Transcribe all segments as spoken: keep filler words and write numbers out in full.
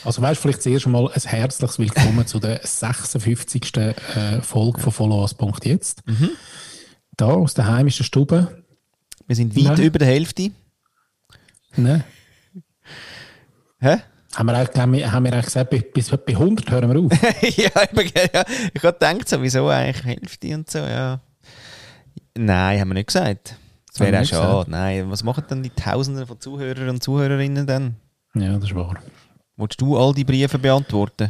Also weißt du, vielleicht zuerst mal ein herzliches Willkommen zu der sechsundfünfzigsten Äh, Folge von Follow Punkt jetzt. Mhm. Da aus der heimischen Stube. Wir sind weit Nein. über der Hälfte. Ne? Hä? Haben wir eigentlich, haben wir, haben wir eigentlich gesagt, bis, bis bei hundert hören wir auf? ja, ja, ich habe gedacht, sowieso eigentlich Hälfte und so, ja. Nein, haben wir nicht gesagt. Das wäre auch schade. Nein, was machen dann die Tausenden von Zuhörern und Zuhörerinnen dann? Ja, das ist wahr. Willst du all die Briefe beantworten?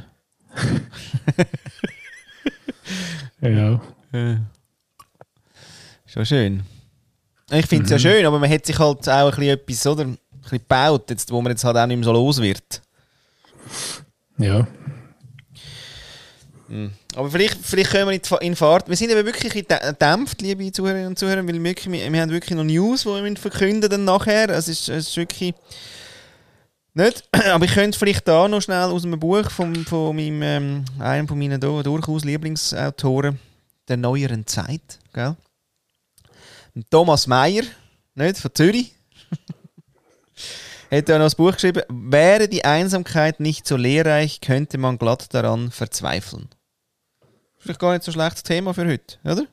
Ja. Ja. Schon schön. Ich finde es Mhm. ja schön, aber man hat sich halt auch ein bisschen etwas, oder? Ein bisschen gebaut, jetzt, wo man jetzt halt auch nicht mehr so los wird. Ja. Mhm. Aber vielleicht, vielleicht können wir in die- in Fahrt. Wir sind eben wirklich gedämpft, liebe Zuhörerinnen und Zuhörer, weil wirklich, wir, wir haben wirklich noch News, die wir verkünden dann nachher. Es ist, es ist wirklich nicht. Aber ich könnte vielleicht da noch schnell aus einem Buch von, von meinem, ähm, einem von meinen do, durchaus Lieblingsautoren der neueren Zeit, gell? Thomas Meyer, nicht, von Zürich, hat ja noch ein Buch geschrieben, wäre die Einsamkeit nicht so lehrreich, könnte man glatt daran verzweifeln. Vielleicht gar nicht so ein schlechtes Thema für heute, oder?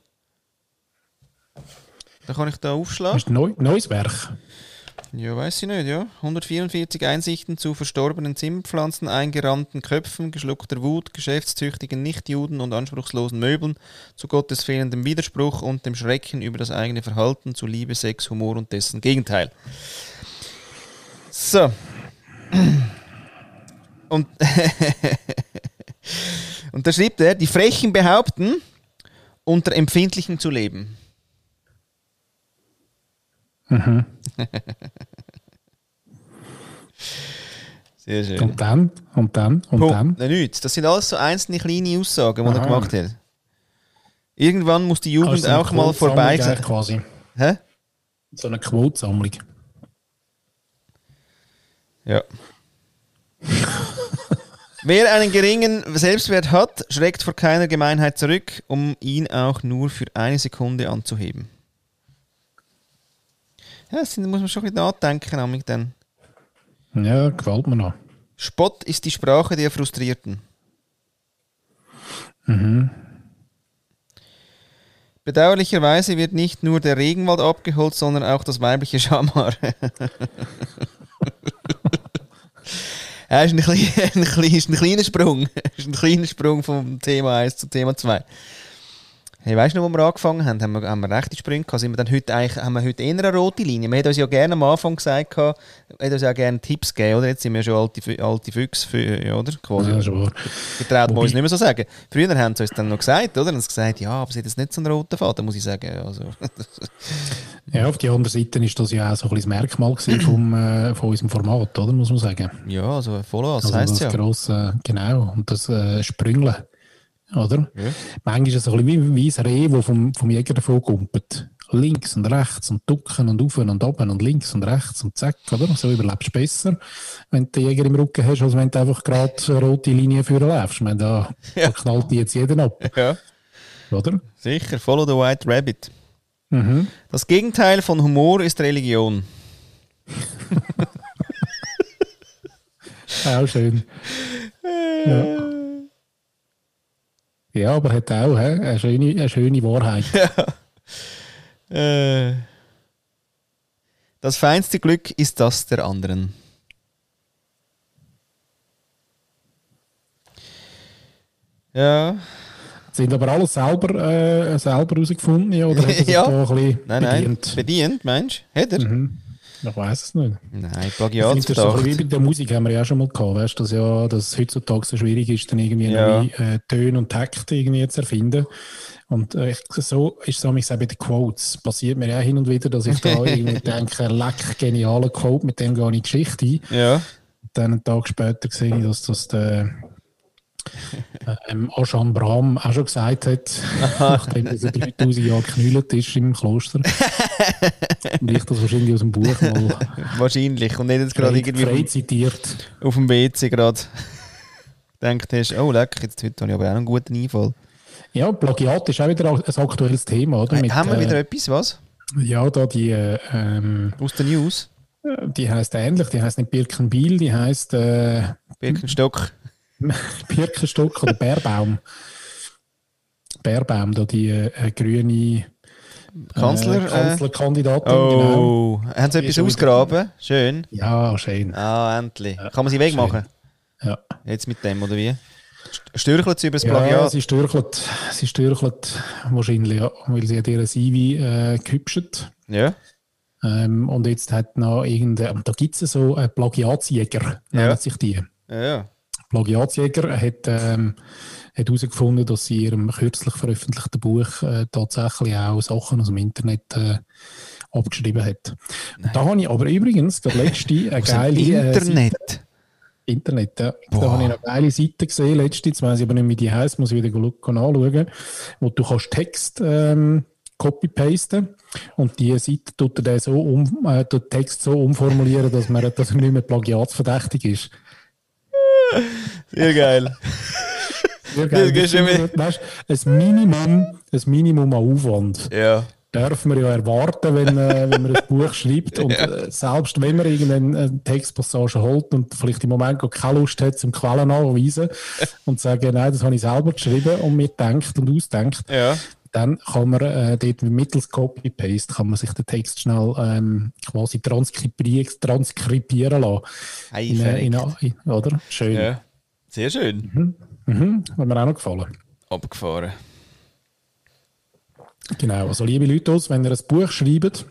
Da kann ich da aufschlagen. Das ist ein neu, neues Werk. Ja, weiß ich nicht, ja. hundertvierundvierzig Einsichten zu verstorbenen Zimmerpflanzen, eingerahmten Köpfen, geschluckter Wut, geschäftstüchtigen Nichtjuden und anspruchslosen Möbeln, zu Gottes fehlendem Widerspruch und dem Schrecken über das eigene Verhalten, zu Liebe, Sex, Humor und dessen Gegenteil. So. Und, und da schreibt er, die Frechen behaupten, unter Empfindlichen zu leben. Mhm. Sehr schön. Und dann, und dann, und Punkt. dann. Nein, nichts. Das sind alles so einzelne kleine Aussagen, die er Aha. gemacht hat. Irgendwann muss die Jugend Also eine auch mal Quotensammlung vorbei eigentlich sein. Quasi. Hä? So eine Quotensammlung. Ja. Wer einen geringen Selbstwert hat, schreckt vor keiner Gemeinheit zurück, um ihn auch nur für eine Sekunde anzuheben. Ja, das muss man schon ein bisschen nachdenken. Amig dann. Ja, gefällt mir noch. Spott ist die Sprache der Frustrierten. Mhm. Bedauerlicherweise wird nicht nur der Regenwald abgeholzt, sondern auch das weibliche Schamhaar. Ja, ist ein, klein, ein, klein, ist ein kleiner Sprung. Ist ein kleiner Sprung vom Thema eins zu Thema zwei. Hey, weißt du noch, wo wir angefangen haben? Haben wir, haben wir rechte Sprünge gehabt? Sind wir dann heute eigentlich, haben wir heute eher eine rote Linie? Wir haben uns ja gerne am Anfang gesagt, wir haben uns ja gerne Tipps gegeben, oder? Jetzt sind wir schon alte, alte Füchse, für, ja, oder? Quasi. Ja, schon wahr. Getraut man Wobei- uns nicht mehr so sagen. Früher haben sie uns dann noch gesagt, oder? Und sie gesagt, ja, aber sie hat jetzt nicht so einen roten Faden, muss ich sagen. Also. Ja, auf der anderen Seite ist das ja auch so ein bisschen das Merkmal gewesen vom, äh, von unserem Format, oder? Muss man sagen. Ja, also Follow, das Also heisst das ja. grosse, genau, und das äh, Sprüngeln, oder? Ja. Manchmal ist es so ein bisschen wie, wie ein Reh, das vom, vom Jäger davon kumpelt. Links und rechts und ducken und auf und oben und links und rechts und zack, oder? So überlebst du besser, wenn du den Jäger im Rücken hast, als wenn du einfach gerade eine rote Linie führen läufst. Ich meine, da, Ja. da knallt die jetzt jeden ab, Ja, oder? sicher. Follow the White Rabbit. Mhm. Das Gegenteil von Humor ist Religion. Auch schön. Ja. Ja, aber hat auch hä, eine, schöne, eine schöne Wahrheit. Äh, das feinste Glück ist das der anderen. Ja. Sind aber alles selber, äh, selber herausgefunden, ja, oder hat er sich Ja. da ein bisschen Nein, nein. bedient? Bedient, meinst du? Hat er? Mhm. Ich weiß es nicht. Nein, Ich finde, das ist so ein Plagiatsverdacht. bisschen wie bei der Musik haben wir ja auch schon mal gehabt, weißt du, dass ja, dass es heutzutage so schwierig ist, dann irgendwie Ja. neue äh, Töne und Takte irgendwie zu erfinden. Und äh, ich, so ist es auch bei den Quotes. Passiert mir ja hin und wieder, dass ich da irgendwie denke, leck, genialer Quote, mit dem gehe ich in die Geschichte ein. Ja. Und dann einen Tag später sehe ich, dass das der ähm, Ajahn Brahm auch schon gesagt hat, nachdem er dreitausend Jahre geknüllt ist im Kloster. Und ich das wahrscheinlich aus dem Buch mal Wahrscheinlich. Und nicht jetzt gerade frei, irgendwie frei auf, dem- zitiert. auf dem W C gerade gedacht hast, oh leck, jetzt heute habe ich aber auch einen guten Einfall. Ja, Plagiat ist auch wieder ein aktuelles Thema, oder? Hey, Mit, haben wir äh, wieder etwas, was? Ja, da die, äh, ähm, Aus den News? Die heisst ähnlich, die heisst nicht Birkenbiel, die heisst äh, Birkenstock. Birkenstock oder Bärbaum. Bärbaum, da die äh, grüne Kanzler, äh, Kanzlerkandidatin. Oh, genau. haben sie etwas ausgraben? Schön. Ja, schön. Ah, endlich. Kann man sie wegmachen? Ja. Jetzt mit dem, oder wie? Stürchelt sie über das Ja, Plagiat? sie stürchelt, sie stürchelt wahrscheinlich, ja, weil sie hat ihre C V äh, gehübscht. Ja. Ähm, und jetzt hat noch irgendein, da gibt es so einen Plagiatsjäger, Ja. nennt sich die. Ja, ja. Plagiatsjäger hat ähm, hat herausgefunden, dass sie in ihrem kürzlich veröffentlichten Buch äh, tatsächlich auch Sachen aus dem Internet äh, abgeschrieben hat. Und da habe ich aber übrigens der letzte eine Aus dem geile äh, Internet? Seite, Internet, ja. Boah. Da habe ich eine geile Seite gesehen, letzte, jetzt weiss ich aber nicht, wie die heisst, muss ich wieder anschauen, wo du kannst Text ähm, copy-pasten und die Seite tut er dann so um, äh, den Text so umformulieren, dass, man, dass er nicht mehr plagiatsverdächtig ist. Sehr geil. Ja, geil. Das Das ist, weißt, ein Minimum, ein Minimum an Aufwand Ja. dürfen wir ja erwarten, wenn, äh, wenn man ein Buch schreibt. Und äh, selbst wenn man irgendeine Textpassage holt und vielleicht im Moment gar keine Lust hat, zum Quellen nachweisen und sagen, nein, das habe ich selber geschrieben und mir gedacht und ausdenkt, Ja. dann kann man äh, dort mittels Copy-Paste kann man sich den Text schnell ähm, quasi transkribieren, transkribieren lassen. Hey, In, äh, in, in, oder? Schön. Ja. Sehr schön. Mhm. Mhm. Hat mir auch noch gefallen. Abgefahren. Genau, also liebe Leute, wenn ihr ein Buch schreibt,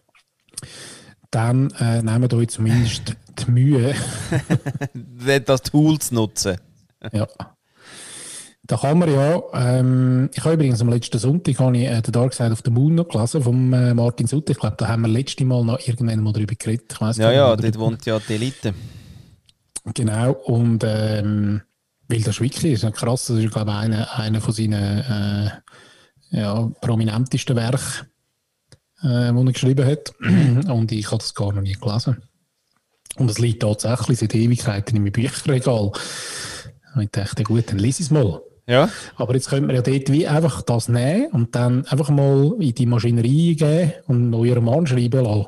dann äh, nehmt euch zumindest die Mühe. Das Tool zu nutzen. Ja. Da kann man ja, ähm, ich habe übrigens am letzten Sonntag habe ich, äh, The Dark Side of the Moon noch gelesen, vom äh, Martin Sutter. Ich glaube, da haben wir letztes Mal noch irgendwann mal drüber geredet. Ich weiss Ja, nicht, ja, oder- dort wohnt ja die Elite. Genau, und ähm, weil das wirklich ist, ja krass, das ist, glaube ich, einer eine von seinen äh, ja, prominentesten Werken, äh, die er geschrieben hat. Und ich habe das gar noch nie gelesen. Und es liegt tatsächlich seit Ewigkeiten in meinem Bücherregal. Und ich dachte, gut, dann lese ich es mal. Ja. Aber jetzt könnte man ja dort wie einfach das nehmen und dann einfach mal in die Maschinerie geben und einen neuen Mann schreiben lassen.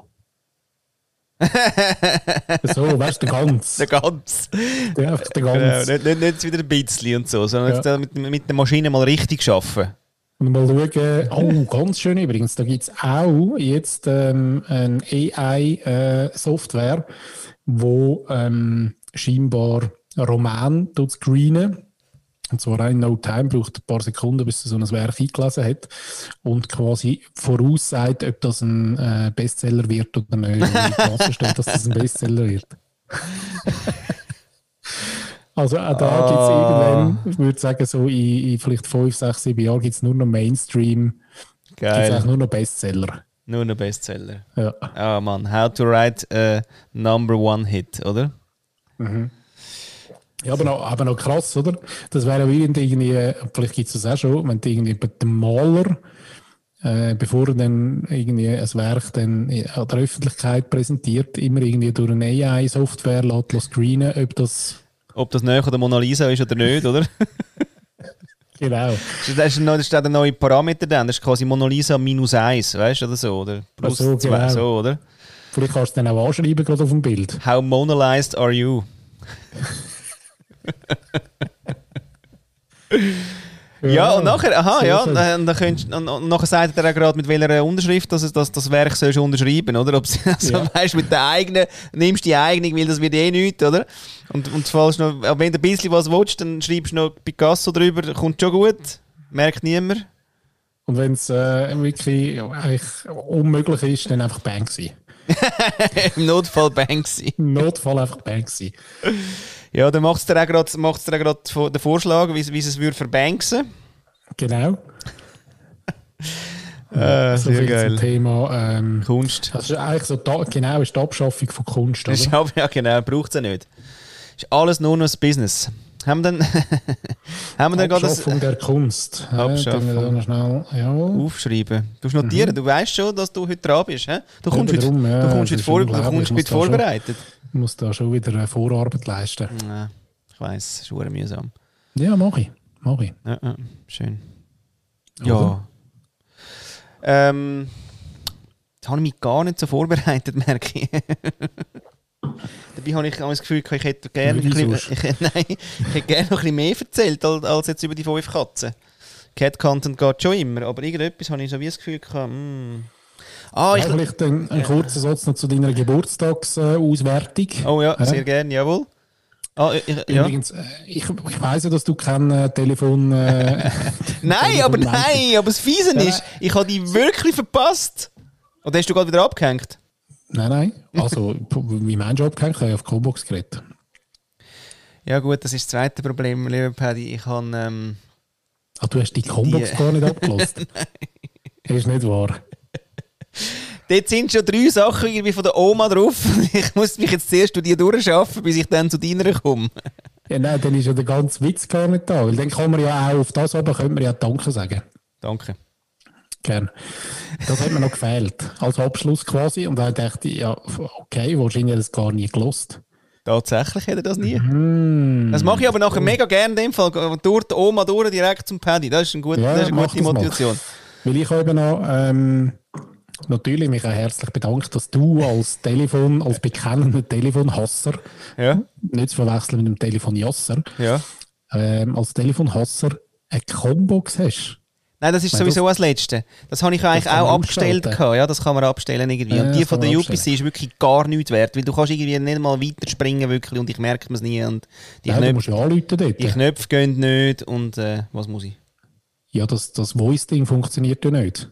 So, weißt du, der ganz. Der ganz. Der, einfach der Genau. ganz. Nicht, nicht, nicht wieder ein bisschen und so, sondern Ja. jetzt da mit, mit der Maschine mal richtig arbeiten. Und mal schauen, oh, ganz schön übrigens, da gibt es auch jetzt ähm, eine A I-Software, wo ähm, scheinbar Roman screenen. Und zwar in No Time, braucht ein paar Sekunden, bis er so ein Werk eingelesen hat und quasi voraussagt, ob das ein äh, Bestseller wird oder nicht. Und in Klasse steht, dass das ein Bestseller wird. Also auch da Ah. gibt es irgendwann, ich würde sagen, so in, in vielleicht fünf, sechs, sieben Jahren gibt es nur noch Mainstream, gibt es Geil. eigentlich nur noch Bestseller. Nur ein Bestseller. Ja. Ah, Mann. How to write a number one hit, oder? Ja, aber noch, aber noch krass, oder? Das wäre ja wie irgendwie, vielleicht gibt es das auch schon, wenn du irgendwie den Maler, äh, bevor er dann irgendwie ein Werk dann an der Öffentlichkeit präsentiert, immer irgendwie durch eine A I-Software lässt lässt screenen, ob das Ob das näher der Mona Lisa ist oder nicht, oder? genau. Da ist noch- da steht ein neuer Parameter drin. Das ist quasi Mona Lisa minus eins, weißt du, oder so? Oder plus Ach so, zwei, genau. so, oder? Vielleicht kannst du es dann auch anschreiben, gerade auf dem Bild. How monalized are you? Ja, und nachher, aha, sehr ja, schön. dann, dann könntest, und, und nachher sagt er auch gerade, mit welcher Unterschrift dass das, das Werk sollst du unterschreiben, oder? Ob sie- also, Ja. weißt, mit der eigenen, nimmst die eigene, weil das wird eh nichts, oder? Und, und falls noch, aber wenn du ein bisschen was willst, dann schreibst du noch Picasso drüber, kommt schon gut, merkt niemand. Und wenn es äh, wirklich ja, eigentlich unmöglich ist, dann einfach Banksy. Im Notfall Banksy. Im Notfall einfach Banksy. Ja, dann macht es dir auch gerade macht's dir auch grad vo- den Vorschlag, wie, wie sie es würde verbanksen. Genau. Äh, so sehr viel geil. zum Thema. Ähm, Kunst. das ist eigentlich so da, genau ist die Abschaffung von Kunst. Das ist, Oder? ja, genau, braucht es ja nicht. Ist alles nur noch das Business. Haben wir dann, haben wir dann gerade das Abschaffung der Kunst. Ja, Abschaffung. tun wir da noch schnell, ja. aufschreiben? Du musst notieren, du weißt schon, dass du heute dran bist. He? Du kommst Ja, heute, darum, ja, du kommst das heute, ist vor, du unglaublich. kommst Ich muss heute da schon- vorbereitet. Ich muss da schon wieder eine Vorarbeit leisten. Ja, ich weiss, es ist verdammt mühsam. Ja, mach ich. Mach ich. Ja, ja, schön. Oder? Ja. Ähm, Da habe ich mich gar nicht so vorbereitet, merke ich. Dabei habe ich das Gefühl, ich hätte gerne ein bisschen, ich, nein, ich hätte gerne noch ein bisschen mehr erzählt, als, als jetzt über die fünf Katzen. Cat-Content geht schon immer, aber irgendetwas habe ich so wie das Gefühl gehabt, mm. ah, ja, ich, vielleicht ein, ein kurzer Satz noch zu deiner Geburtstagsauswertung. Oh ja, sehr gerne, jawohl. Ah, ich, ja. Übrigens, ich, ich weiss ja, dass du kein äh, Telefon... Äh, nein, Telefon aber nein, aber das Fiese ist, ich habe dich wirklich verpasst. Oder hast du gerade wieder abgehängt? Nein, nein. Also, wie meinst du abgehängt? Ich habe auf die Combox geredet. Ja gut, das ist das zweite Problem, lieber Paddy. Ich habe... Ähm, ah, du hast die Combox die, gar nicht abgelassen? Nein. Das ist nicht wahr. Dort sind schon drei Sachen irgendwie von der Oma drauf. Ich muss mich jetzt zuerst durch die durchschaffen, bis ich dann zu deiner komme. Ja, nein, dann ist ja der ganze Witz gar nicht da. Weil dann kann man ja auch auf das aber könnte man ja Danke sagen. Danke. Gerne. Das hat mir noch gefehlt. Als Abschluss quasi. Und dann dachte ich, ja, okay, wahrscheinlich hat er das gar nie gelost. Tatsächlich hätte er das nie. Mm. Das mache ich aber nachher mega gerne in dem Fall. Durch die Oma durch, direkt zum Paddy. Das ist, ein gut, ja, das ist eine gute Motivation. Mal. Weil ich habe eben noch... Ähm, natürlich mich auch herzlich bedankt, dass du als Telefon, als bekennender Telefonhasser, ja. nicht zu verwechseln mit dem Telefonjasser, ja. ähm, als Telefonhasser eine Combox hast. Nein, das ist Nein, sowieso das, das Letzte. Das habe ich eigentlich auch abgestellt. Ja, das kann man abstellen irgendwie. Und ja, die von der U P C ist wirklich gar nichts wert, weil du kannst irgendwie nicht mal weiterspringen wirklich und ich merke es nie. Und die Nein, Knöpfe, du musst ja anrufen dort. Die Knöpfe gehen nicht und äh, was muss ich? Ja, das, das Voice-Ding funktioniert ja nicht.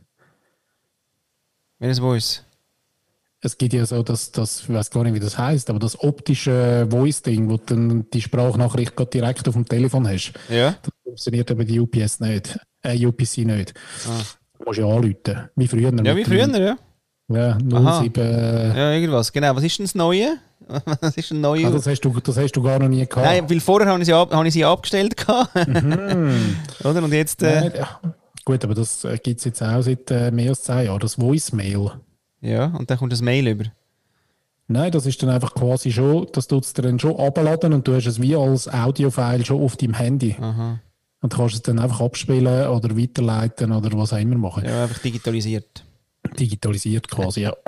Welches Voice? Es gibt ja so, das, das, ich weiß gar nicht, wie das heisst, aber das optische Voice-Ding, wo du dann die Sprachnachricht direkt auf dem Telefon hast, ja. das funktioniert aber die U P S nicht. Äh, U P C nicht. Ah. Du musst ja anrufen. Wie früher. Ja, wie früher, ja. Ja, null sieben. Ja, irgendwas. Genau. Was ist denn das Neue? Was ist ein Neue? Ah, das, hast du, das hast du gar noch nie gehabt. Nein, weil vorher habe ich sie, ab, habe ich sie abgestellt. Mhm. Oder? Und jetzt... Äh, Nein, ja. Gut, aber das äh, gibt es jetzt auch seit äh, mehr als zehn Jahren, das Voicemail. Ja, und dann kommt das Mail über. Nein, das ist dann einfach quasi schon, das tut es dir dann schon abladen und du hast es wie als Audiofile schon auf deinem Handy. Aha. Und du kannst es dann einfach abspielen oder weiterleiten oder was auch immer machen. Ja, einfach digitalisiert. Digitalisiert quasi, ja.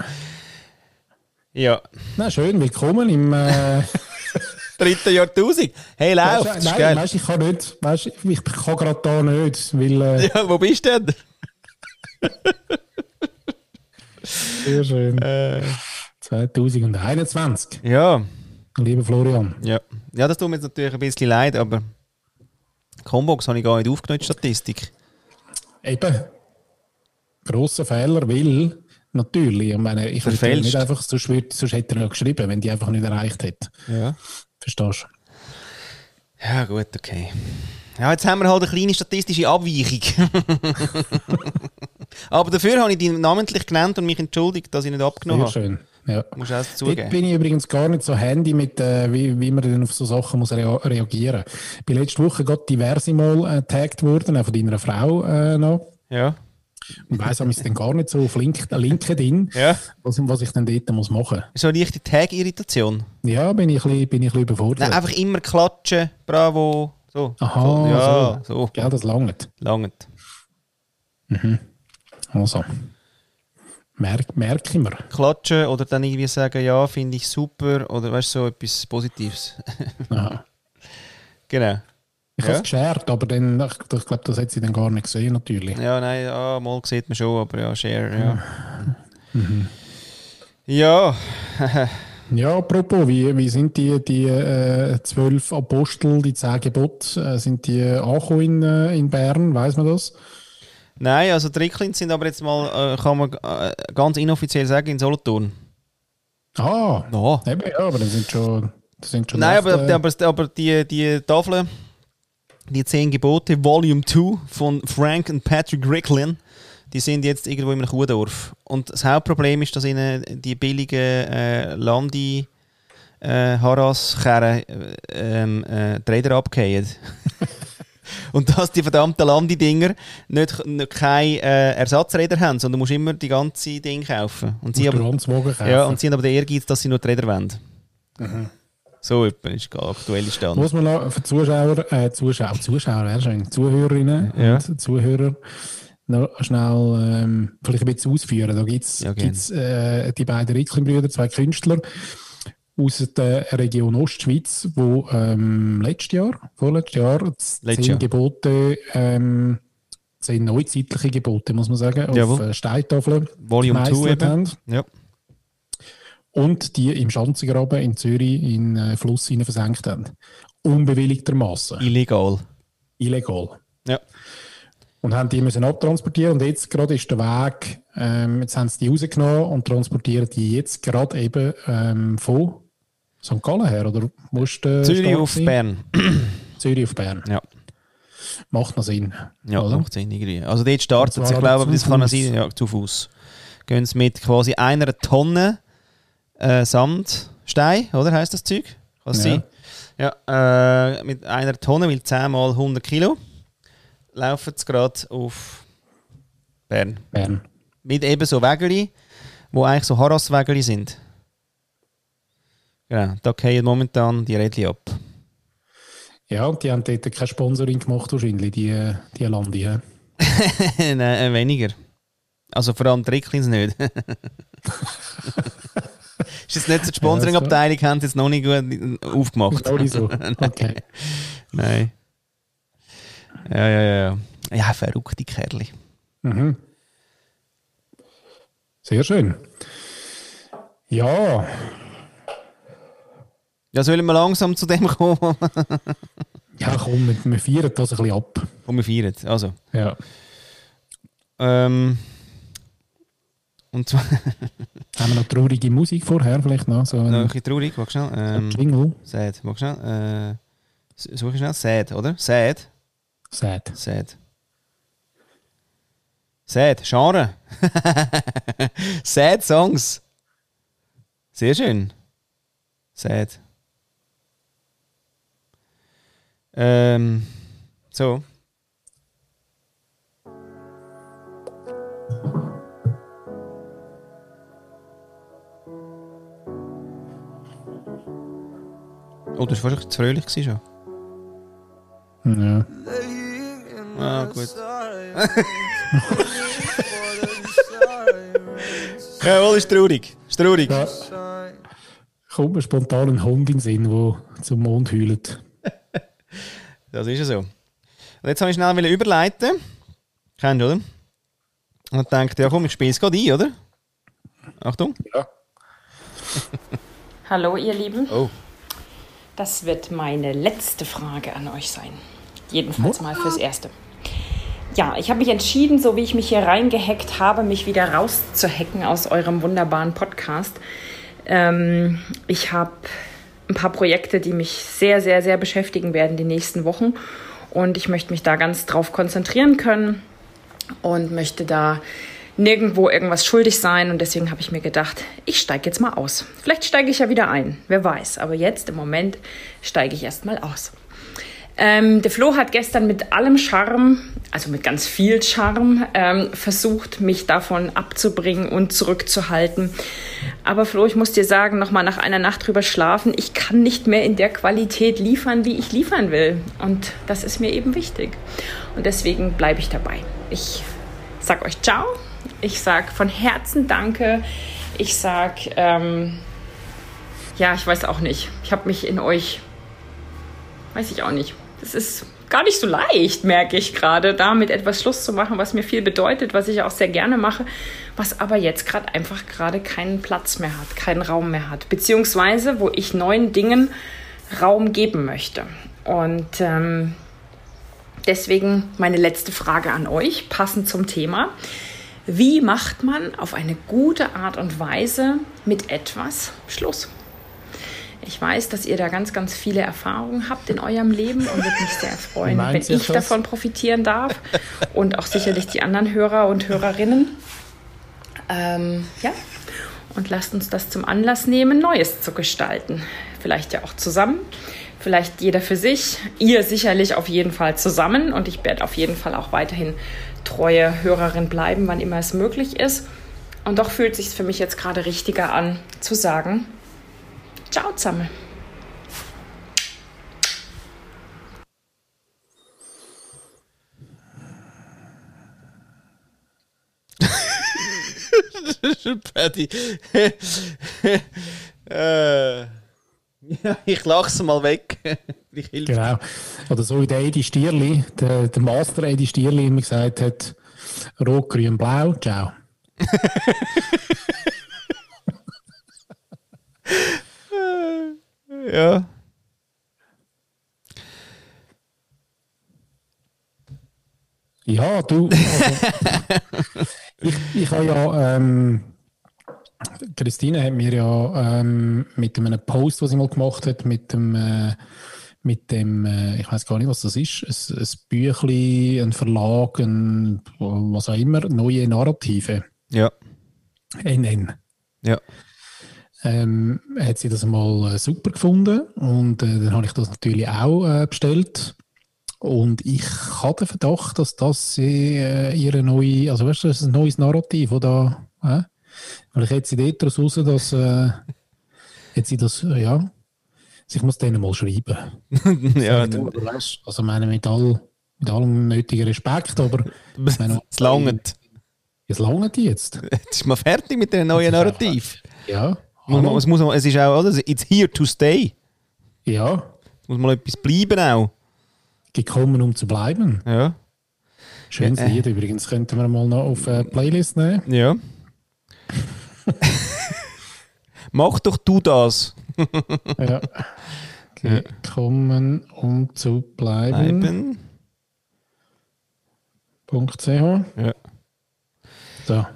Ja. Na schön, willkommen im... Äh, dritten Jahrtausend. Hey, läuft, weißt, nein, geil. Weißt, ich kann nicht, weißt, ich kann gerade da nicht, weil... Äh, ja, wo bist du denn? Sehr schön. Äh. zwanzig einundzwanzig. Ja. Lieber Florian. Ja. Ja, das tut mir jetzt natürlich ein bisschen leid, aber Combox habe ich gar nicht aufgenommen, die Statistik. Eben. Grosser Fehler, weil... Natürlich, ich meine, ich würde nicht einfach, sonst, würde, sonst hätte er ja geschrieben, wenn die einfach nicht erreicht hätte. Ja. Verstehst du? Ja, gut, okay. Ja, jetzt haben wir halt eine kleine statistische Abweichung. Aber dafür habe ich dich namentlich genannt und mich entschuldigt, dass ich nicht abgenommen habe. Sehr schön. Ja. Musst du auch zugeben. Dort bin ich übrigens gar nicht so handy mit, äh, wie, wie man dann auf so Sachen muss rea- reagieren muss. Ich bin letzte Woche gerade diverse Mal getaggt äh, worden, auch von deiner Frau äh, noch. Ja. Und weiss, ich dann gar nicht so auf LinkedIn, ja. was, was ich dann dort muss machen muss. So eine leichte Tag-Irritation? Ja, bin ich ein bisschen, bin ich ein bisschen überfordert. Nein, einfach immer klatschen, bravo, so. Aha, so, ja, so. so. Ja, das langt. Langt. Mhm. Also. Merk, merk ich mir. Klatschen oder dann irgendwie sagen, ja, finde ich super, oder weißt du, so etwas Positives. Aha. Genau. Ich ja. habe es geshared, aber dann, ich, ich glaube, das hat sie dann gar nicht gesehen, natürlich. Ja, nein, ja, mal sieht man schon, aber ja, share, ja. Mhm. Ja. Ja, apropos, wie, wie sind die, die äh, zwölf Apostel, die zehn Gebote, äh, sind die angekommen in, äh, in Bern, weiss man das? Nein, also die Ricklins sind aber jetzt mal, äh, kann man äh, ganz inoffiziell sagen, in Solothurn. Ah, no. Eben, ja, aber das sind schon... Das sind schon Nein, echt, aber, äh, aber, aber die, die Tafeln, die zehn Gebote, Volume zwei von Frank und Patrick Ricklin, die sind jetzt irgendwo in einem Kuhdorf. Und das Hauptproblem ist, dass ihnen die billigen äh, Landi äh, Harras-Kerren äh, äh, die Räder abgehen. Und dass die verdammten Landi-Dinger nicht, nicht keine äh, Ersatzräder haben, sondern du musst immer die ganze Ding kaufen. Und sie, aber, kaufen. Ja, und sie haben aber den Ehrgeiz, dass sie nur die Räder wollen. Mhm. So etwa ist der aktuelle Stand. Muss man noch für Zuschauer, äh, Zuschauer, Zuschauer, ja, schon, Zuhörerinnen ja. und Zuhörer noch schnell ähm, vielleicht ein bisschen ausführen. Da gibt es Ja, äh, die beiden Rickling-Brüder, zwei Künstler aus der Region Ostschweiz, die ähm, letztes Jahr, vorletztes Jahr, Letztes zehn Jahr. Gebote, ähm, zehn neuzeitliche Gebote, muss man sagen, Jawohl. auf äh, Steintafeln Volume zwei gemeisselt eben. haben. Ja. Und die im Schanzengraben in Zürich in den Fluss hinein versenkt haben. Unbewilligtermaßen. Illegal. Illegal. Ja. Und haben die müssen abtransportieren und jetzt gerade ist der Weg, ähm, jetzt haben sie die rausgenommen und transportieren die jetzt gerade eben ähm, von Sankt Gallen her, oder musst du Zürich auf sein? Bern. Zürich auf Bern. Ja. Macht noch Sinn. Ja, oder? macht Sinn irgendwie. Also dort startet es, ich aber glaube, zu das kann auch Fuss. sein, ja, zu Fuß. Gehen sie mit quasi einer Tonne äh, Sandstein, oder heisst das Zeug? Kann es Ja. sein? Ja, äh, mit einer Tonne, weil zehn mal hundert Kilo, laufen sie gerade auf Bern. Bern. Mit eben so Wägeli, die eigentlich so Harasswägeli sind. Genau, da fallen momentan die Rädchen ab. Ja, und die haben dort kein Sponsoring gemacht, wahrscheinlich, die, die Lande. Ja. Nein, äh, weniger. Also vor allem die Ricklins nicht. Ist jetzt nicht so die Sponsoring-Abteilung, haben sie jetzt noch nicht gut aufgemacht. Auch nicht so. Okay. Nein. Ja, ja, ja. Ja, verrückte Kerle. Mhm. Sehr schön. Ja, Ja, sollen wir langsam zu dem kommen, ja komm, wir, wir feiern das ein bisschen ab. wo wir feiern? Also, Ja. und zwar, Haben wir noch traurige Musik vorher, vielleicht noch? So noch ein ein, bisschen traurig, warte schnell. so ein Ähm, Jingle. Sad, warte schnell. Äh, suche ich schnell. Sad, oder? Sad. Sad. Sad. Sad, Genre. Sad Songs. Sehr schön. Sad. Ähm, so. Oh, das war wahrscheinlich zu fröhlich gewesen schon. Ja. Ah, gut. Jawohl, ist traurig. Ist traurig. Ja. Kommt mir spontan ein Hund in den Sinn, der zum Mond heult. Das ist ja so. Und jetzt habe ich schnell überleiten. Kennst du, oder? Und denkt, ja komm, ich spiele es gerade ein, oder? Achtung. Ja. Hallo ihr Lieben, Oh. das wird meine letzte Frage an euch sein. Jedenfalls mal fürs Erste. Ja, ich habe mich entschieden, so wie ich mich hier reingehackt habe, mich wieder rauszuhacken aus eurem wunderbaren Podcast. Ähm, ich habe ein paar Projekte, die mich sehr, sehr, sehr beschäftigen werden die nächsten Wochen. Und ich möchte mich da ganz drauf konzentrieren können und möchte da nirgendwo irgendwas schuldig sein. Und deswegen habe ich mir gedacht, ich steige jetzt mal aus. Vielleicht steige ich ja wieder ein, wer weiß. Aber jetzt im Moment steige ich erst mal aus. Ähm, der Flo hat gestern mit allem Charme, also mit ganz viel Charme, ähm, versucht, mich davon abzubringen und zurückzuhalten. Aber Flo, ich muss dir sagen, nochmal nach einer Nacht drüber schlafen, ich kann nicht mehr in der Qualität liefern, wie ich liefern will. Und das ist mir eben wichtig. Und deswegen bleibe ich dabei. Ich sag euch ciao. Ich sag von Herzen danke. Ich sag, ähm, ja, ich weiß auch nicht. Ich habe mich in euch, weiß ich auch nicht. Das ist gar nicht so leicht, merke ich gerade, damit etwas Schluss zu machen, was mir viel bedeutet, was ich auch sehr gerne mache, was aber jetzt gerade einfach gerade keinen Platz mehr hat, keinen Raum mehr hat, beziehungsweise wo ich neuen Dingen Raum geben möchte. Und ähm, deswegen meine letzte Frage an euch, passend zum Thema. Wie macht man auf eine gute Art und Weise mit etwas Schluss? Ich weiß, dass ihr da ganz, ganz viele Erfahrungen habt in eurem Leben und würde mich sehr freuen, wenn Meinst du ich das? davon profitieren darf und auch sicherlich die anderen Hörer und Hörerinnen. Ähm, ja, und lasst uns das zum Anlass nehmen, Neues zu gestalten. Vielleicht ja auch zusammen, vielleicht jeder für sich, ihr sicherlich auf jeden Fall zusammen und ich werde auf jeden Fall auch weiterhin treue Hörerin bleiben, wann immer es möglich ist. Und doch fühlt es sich für mich jetzt gerade richtiger an, zu sagen, ciao zusammen. Paddy. äh, ja, ich lach's mal weg. Genau. Oder so wie der Edi Stierli, der, der Master Edi Stierli immer gesagt hat, rot, grün, blau, ciao. Ja. Ja, du. Also, ich, ich habe ja, ähm, Christine hat mir ja ähm, mit einem Post, was sie mal gemacht hat, mit dem, äh, mit dem äh, ich weiß gar nicht, was das ist, ein, ein Büchli, ein Verlag, ein, was auch immer, neue Narrative. Ja. N N. Ja. Ähm, hat sie das mal äh, super gefunden und äh, dann habe ich das natürlich auch äh, bestellt. Und ich habe den Verdacht, dass das äh, ihre neue, also weißt du, das ist ein neues Narrativ, wo da, äh? Vielleicht hat sie dort daraus raus, dass äh, hat sie das, äh, ja, ich muss denen mal schreiben. Ja, so, du, weißt, also ich meine, mit, all, mit allem nötigen Respekt, aber es langt. Es langt jetzt. Jetzt ist man fertig mit dem neuen Narrativ. Ja. Man, es, muss, es ist auch, oder? It's here to stay. Ja. Es muss mal etwas bleiben auch. Gekommen, um zu bleiben. Ja. Schönes äh, Lied übrigens. Könnten wir mal noch auf eine Playlist nehmen. Ja. Mach doch du das. Ja. Gekommen, um zu bleiben. bleiben. .ch. Ja. So.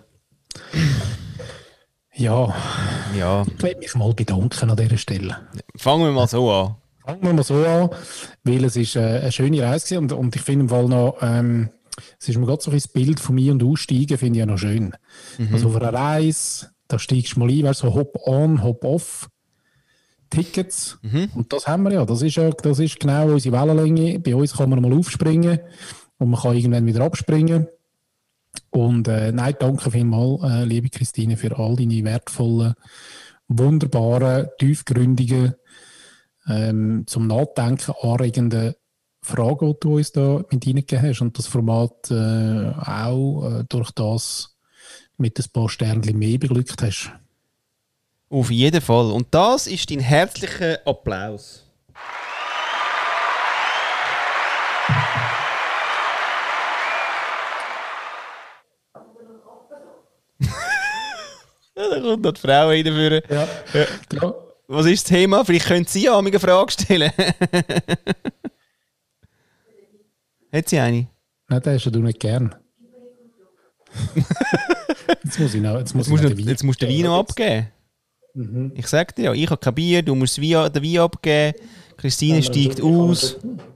Ja. Ja. Ich will mich mal bedanken an dieser Stelle. Fangen wir mal so an. Fangen wir mal so an, weil es ist äh, eine schöne Reise und, und ich finde im Fall noch, ähm, es ist mir gerade so ein Bild von mir und Aussteigen, finde ich ja noch schön. Mhm. Also auf einer Reise, da steigst du mal ein, weißt, so Hop-on, Hop-off Tickets. Mhm. Und das haben wir ja. Das ist ja, das ist genau unsere Wellenlänge. Bei uns kann man mal aufspringen und man kann irgendwann wieder abspringen. Und äh, nein, danke vielmals, äh, liebe Christine, für all deine wertvollen, wunderbaren, tiefgründigen, ähm, zum Nachdenken anregenden Fragen, die du uns da mit reingegeben hast. Und das Format äh, auch äh, durch das mit ein paar Sternchen mehr beglückt hast. Auf jeden Fall. Und das ist dein herzlicher Applaus. Da kommt noch die Frau reinführen. Ja. Ja. Ja. Was ist das Thema? Vielleicht können Sie ja eine Frage stellen. Hat sie eine? Nein, den hast du nicht gern. Jetzt muss ich noch, jetzt muss jetzt ich musst, noch, jetzt musst du den Wein noch abgeben. Mhm. Ich sag dir ja, ich habe kein Bier, du musst den Wein abgeben. Christine steigt aus.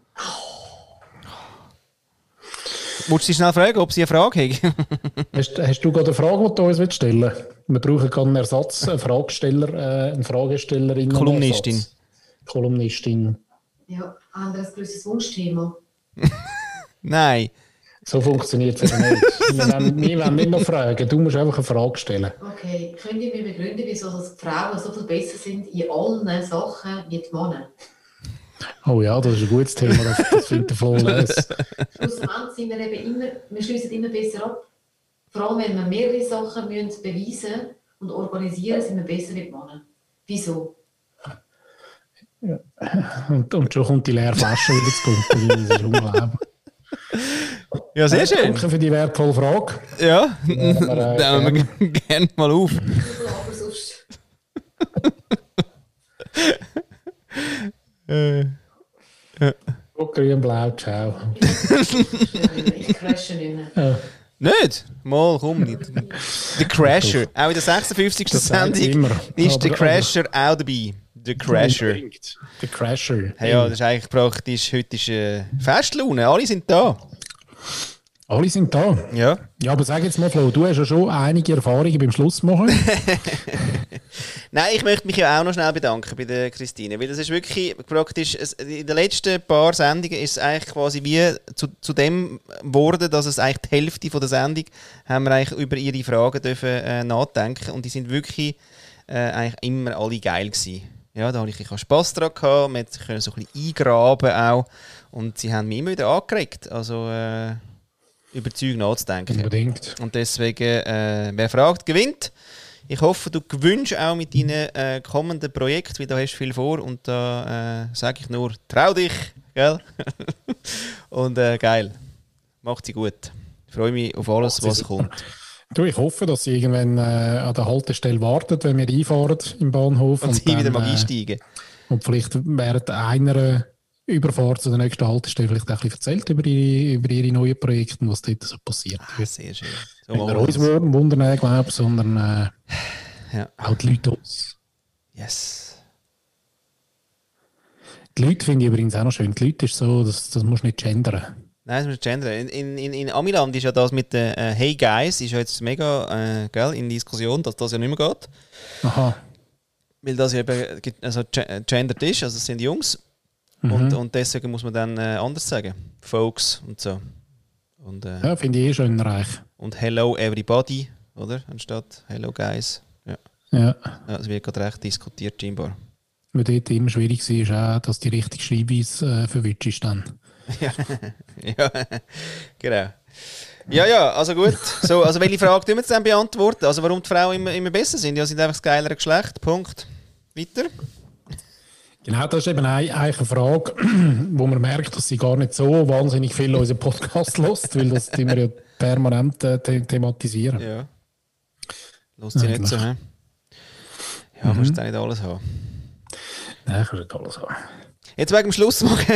Wolltest du sie schnell fragen, ob sie eine Frage hat? hast, hast du gerade eine Frage, die du uns stellen willst? Wir brauchen gerade einen Ersatz, einen Fragesteller, äh, eine Fragestellerin. Kolumnistin. Kolumnistin. Ja, anderes grosses Wunschthema. Nein. So funktioniert es nicht. Wir wollen, wir wollen nicht noch fragen, du musst einfach eine Frage stellen. Okay, könnt ihr mir begründen, wieso die Frauen so viel besser sind in allen Sachen wie die Männer? Oh ja, das ist ein gutes Thema, das, das findet ihr voll les. Schlussendlich sind wir eben immer, wir schliessen immer besser ab. Vor allem, wenn wir mehrere Sachen müssen beweisen und organisieren, sind wir besser wie die Männer. Wieso? Ja. Und, und schon kommt die leere Flasche wieder zu pumpen. Das ist unglaublich. Ja, sehr schön. Danke für die wertvolle Frage. Ja, da äh, nehmen wir gerne gern mal auf. Aber sonst. äh, ja. Oh, grün, blau, ciao. Ich crashe nicht mehr. Ja. Nicht? Mal, komm nicht. Der Crasher. Auch in der sechsundfünfzigsten Sendung ist aber, der Crasher aber, auch dabei. Der Crasher. Der Crasher. Hey, ja, das ist eigentlich praktisch, heute ist äh, Festlaune. Alle sind da. Alle sind da? Ja. Ja, aber sag jetzt mal, Flo, du hast ja schon einige Erfahrungen beim Schluss machen. Nein, ich möchte mich ja auch noch schnell bedanken bei der Christine, weil das ist wirklich praktisch, es, in den letzten paar Sendungen ist es eigentlich quasi wie zu, zu dem geworden, dass es eigentlich die Hälfte von der Sendung haben wir eigentlich über ihre Fragen dürfen, äh, nachdenken und die sind wirklich äh, eigentlich immer alle geil gewesen. Ja, da hatte ich ein Spass dran gehabt, man konnte so ein bisschen eingraben auch und sie haben mich immer wieder angeregt, also äh, überzeugend nachzudenken. Unbedingt. Und deswegen, äh, wer fragt, gewinnt. Ich hoffe, du gewünscht auch mit deinen äh, kommenden Projekten, weil da hast du viel vor. Und da äh, sage ich nur, trau dich, gell? Und äh, geil. Macht sie gut. Ich freue mich auf alles, was super. kommt. Du, ich hoffe, dass sie irgendwann äh, an der Haltestelle wartet, wenn wir einfahren im Bahnhof. Und, und sie dann, wieder mal äh, einsteigen. Und vielleicht während einer Überfahrt zu der nächsten Haltestelle vielleicht auch ein bisschen erzählt über ihre, über ihre neuen Projekte und was dort so passiert. Ah, sehr schön. So Nicht nur uns wundern, glaube ich, sondern äh, ja. auch die Leute uns. Yes. Die Leute finde ich übrigens auch noch schön. Die Leute ist so, das, das musst du nicht gendern. Nein, das muss gendern. In, in, in Amiland ist ja das mit den äh, Hey Guys ist ja jetzt mega äh, gell, in Diskussion, dass das ja nicht mehr geht. Aha. Weil das ja eben also gendered ist, also es sind Jungs. Mhm. Und, und deswegen muss man dann äh, anders sagen. Folks und so. Und, äh, ja, finde ich eh schön reich. Und Hello Everybody, oder? Anstatt Hello Guys. Ja. Ja. Ja, das wird gerade recht diskutiert, scheinbar. Weil dort immer schwierig war, ist auch, dass die richtige Schreibweise äh, verwünscht ist dann. ja. ja, genau. Ja, ja, also gut. So, also welche Frage tun wir jetzt dann beantworten? Also warum die Frauen immer, immer besser sind? Ja, sind einfach das geilere Geschlecht. Punkt. Weiter. Genau, das ist eben eine, eine Frage, wo man merkt, dass sie gar nicht so wahnsinnig viel unseren Podcast hört, weil das wir ja permanent äh, the- thematisieren. Ja. Lässt sie nicht so, hä? Ja, mhm. Musst du auch nicht alles haben. Nein, ich kann nicht alles haben. Jetzt wegen dem Schluss machen.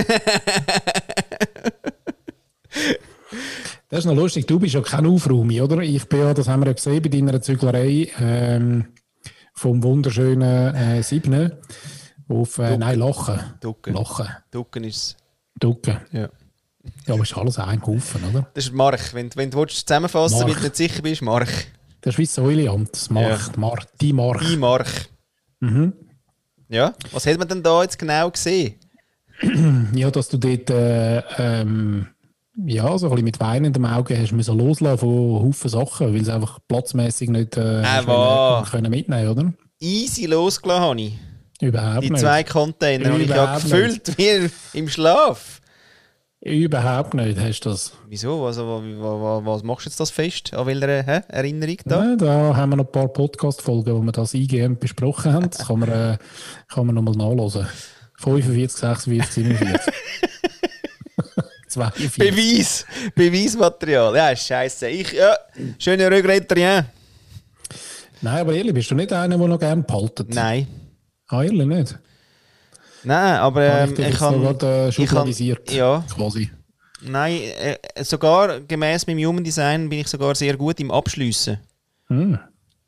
Das ist noch lustig, du bist ja kein Aufräumer, oder? Ich bin ja, das haben wir ja gesehen bei deiner Züglerei ähm, vom wunderschönen äh, Siebnen auf, äh, nein, Lachen. Ducken. Lachen. Ducken ist es. Ducken. Ja. Ja, aber ist alles ein Haufen, oder? Das ist Mark. Wenn, wenn du zusammenfassen willst, weil du nicht sicher bist, Mark. Das ist wie Säuleamt, das Mark, Ja. Mar- die Mark. Die Mark. Mhm. Ja, was hat man denn da jetzt genau gesehen? Ja, dass du dort äh, ähm, ja, so ein bisschen mit weinendem Auge hast müssen loslassen von Haufen Sachen, weil es einfach platzmäßig nicht äh, hast wow. können, können mitnehmen, oder? Easy losgelassen habe ich. Überhaupt Die nicht. zwei Container habe ich ja Überhaupt gefüllt wie im Schlaf. Überhaupt nicht hast du das. Wieso? Also, wa- wa- wa- was machst du jetzt das fest? An welcher hä? Erinnerung da? Ja, da haben wir noch ein paar Podcast-Folgen, wo wir das eingehend besprochen haben. Das kann man, äh, kann man nochmal nachhören. fünfundvierzig, sechsundvierzig, siebenundvierzig. zweiundvierzig. Beweis! Beweismaterial. Ja, scheiße. Ich, ja, schöne Rückretter. Nein, aber ehrlich, bist du nicht einer, der noch gerne behaltet? Nein. Ah, ehrlich nicht? Nein, aber ähm, ich, ich habe... sogar äh, schubladisiert, ja. quasi. Nein, äh, sogar gemäß meinem Human Design bin ich sogar sehr gut im Abschliessen. Hm.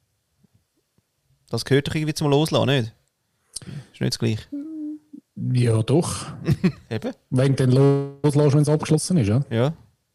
Das gehört doch irgendwie zum Loslassen, nicht? Ist nicht das Gleiche. Ja, doch. Eben. Wenn du dann loslässt, wenn es abgeschlossen ist, ja? Ja.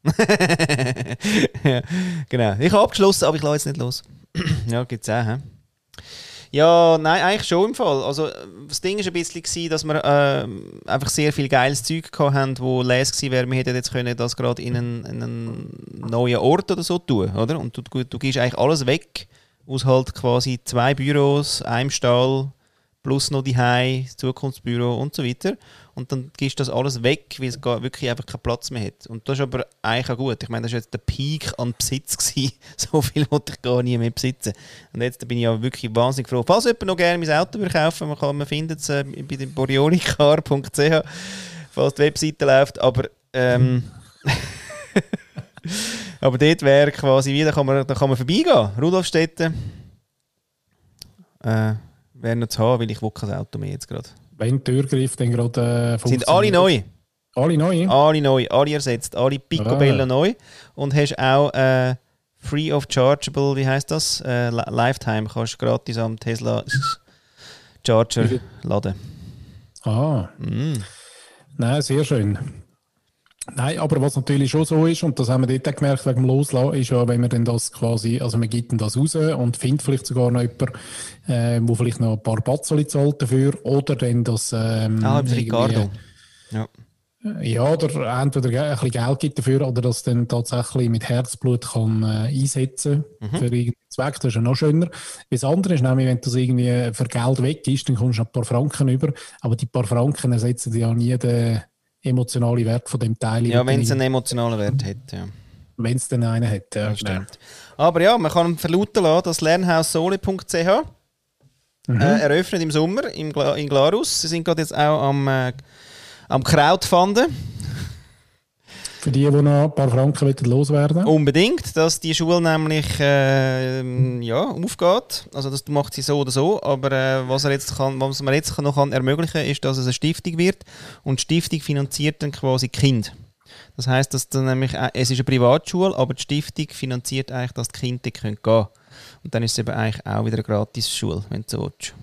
ja. Genau. Ich habe abgeschlossen, aber ich lasse jetzt nicht los. Ja, gibt es auch, hä? Ja, nein, eigentlich schon im Fall. Also, das Ding war ein bisschen, dass wir äh, einfach sehr viel geiles Zeug hatten, wo les gewesen wäre. Wir hätten jetzt können das gerade in einen, in einen neuen Ort oder so tun, oder? Und du, du gibst eigentlich alles weg, aus halt quasi zwei Büros, einem Stall, plus noch die Hai, das Zukunftsbüro und so weiter. Und dann gibst du das alles weg, weil es gar wirklich einfach keinen Platz mehr hat. Und das ist aber eigentlich auch gut. Ich meine, das war jetzt der Peak an Besitz gewesen. So viel wollte ich gar nie mehr besitzen. Und jetzt bin ich ja wirklich wahnsinnig froh. Falls jemand noch gerne mein Auto will kaufen, man, kann, man findet es äh, bei dem borionikar punkt c h, falls die Webseite läuft. Aber, ähm, aber dort wäre quasi wie, da kann man, da kann man vorbeigehen. Rudolfstetten äh, wäre noch zu haben, weil ich will kein Auto mehr jetzt gerade. Wenn der Türgriff dann gerade äh, Sind alle neu. Alle neu? Alle neu, alle ersetzt, alle Picobello ah. neu. Und hast auch äh, Free of Chargeable, wie heisst das? Äh, Lifetime, kannst du gratis am Tesla Charger laden. Ah. Mm. Nein, sehr schön. Nein, aber was natürlich schon so ist, und das haben wir dort auch gemerkt wegen dem Loslassen, ist ja, wenn man dann das quasi, also man gibt dann das raus und findet vielleicht sogar noch jemanden, äh, wo vielleicht noch ein paar Batzeli zahlt dafür, oder dann das... Ähm, ah, Ricardo. Ja. Ja, oder entweder ein bisschen Geld gibt dafür, oder das dann tatsächlich mit Herzblut kann äh, einsetzen mhm. für irgendeinen Zweck. Das ist ja noch schöner. Das andere ist nämlich, wenn das irgendwie für Geld weg ist, dann kommst du ein paar Franken über, aber die paar Franken ersetzen ja nie den emotionalen Wert von dem Teil. Ja, wenn es einen emotionalen Wert hat, ja. Wenn es denn einen hat. Ja, das stimmt. Aber ja, man kann verlauten lassen, dass lernhaussole punkt c h mhm. äh, eröffnet im Sommer im Gla- in Glarus. Sie sind gerade jetzt auch am, äh, am Crowdfunden. Für die, die noch ein paar Franken loswerden. Unbedingt, dass die Schule nämlich äh, ja, aufgeht. Also das macht sie so oder so. Aber äh, was, er jetzt kann, was man jetzt noch kann ermöglichen kann, ist, dass es eine Stiftung wird. Und die Stiftung finanziert dann quasi die Kinder. Das heisst, dass dann nämlich, äh, es ist eine Privatschule, aber die Stiftung finanziert eigentlich, dass die Kinder gehen können. Und dann ist es eben eigentlich auch wieder eine Gratis-Schule, wenn du so willst.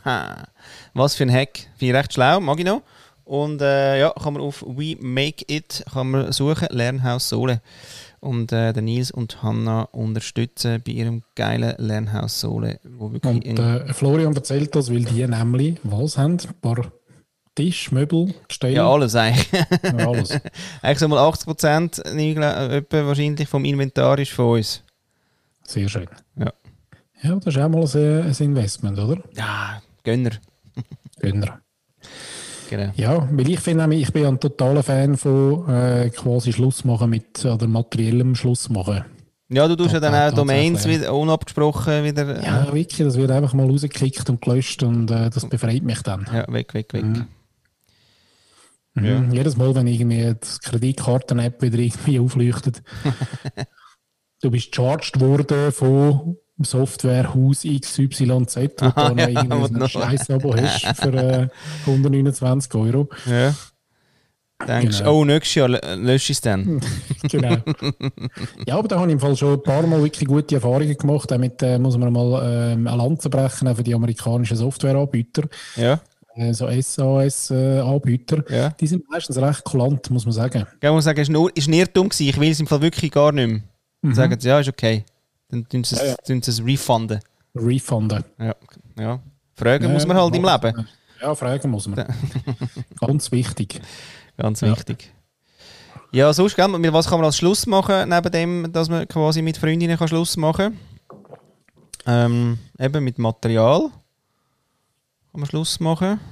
Was für ein Hack. Finde ich recht schlau, mag ich noch. Und äh, ja, kann man auf We Make It kann man suchen, Lernhaus Sole. Und äh, den Nils und Hanna unterstützen bei ihrem geilen Lernhaus Sole. Wo wirklich und äh, Florian erzählt das, weil die nämlich was haben? Ein paar Tisch, Möbel, Gestelle? Ja, alles eigentlich. Ja, alles. Eigentlich so mal achtzig Prozent wahrscheinlich vom Inventar ist von uns. Sehr schön. Ja, ja das ist auch mal ein, ein Investment, oder? Ja, Gönner. Gönner. Genau. Ja, weil ich finde, nämlich, ich bin ein totaler Fan von äh, quasi Schluss machen mit, oder materiellem Schluss machen. Ja, du tust ja dann auch Domains tatsächlich. wieder unabgesprochen wieder. Äh, Ja, wirklich, das wird einfach mal rausgeklickt und gelöscht und äh, das befreit mich dann. ja, weg, weg, weg. Mhm. Mhm. Ja. Jedes Mal, wenn irgendwie die Kreditkarten-App wieder irgendwie aufleuchtet. Du bist charged worden von Softwarehaus X Y Z, wo Aha, du dann ja, irgendwie wo ein du- Scheiß-Abo hast für äh, hundertneunundzwanzig Euro. Ja. Denkst du, Genau. oh, nächstes Jahr lö- lösche ich es dann. Genau. Ja, aber da habe ich im Fall schon ein paar Mal wirklich gute Erfahrungen gemacht. Damit äh, muss man mal ähm, eine Lanze brechen auch für die amerikanischen Softwareanbieter, Ja, äh, so S A S-Anbieter. ja. Die sind meistens recht kulant, muss man sagen. Ich muss sagen, es war ein Irrtum gewesen. Ich will es im Fall wirklich gar nicht mehr. Dann sagen sie, ja, ist okay. Dann tun sie es, Ja, ja. tun sie es refunden. Refunden. Ja, ja. Fragen Ja, muss man halt im macht- Leben. Ja, fragen muss man. Ganz wichtig. Ganz Ja. wichtig. Ja, sonst, gell, mit was kann man als Schluss machen, neben dem, dass man quasi mit Freundinnen kann Schluss machen kann? Ähm, eben mit Material kann man Schluss machen.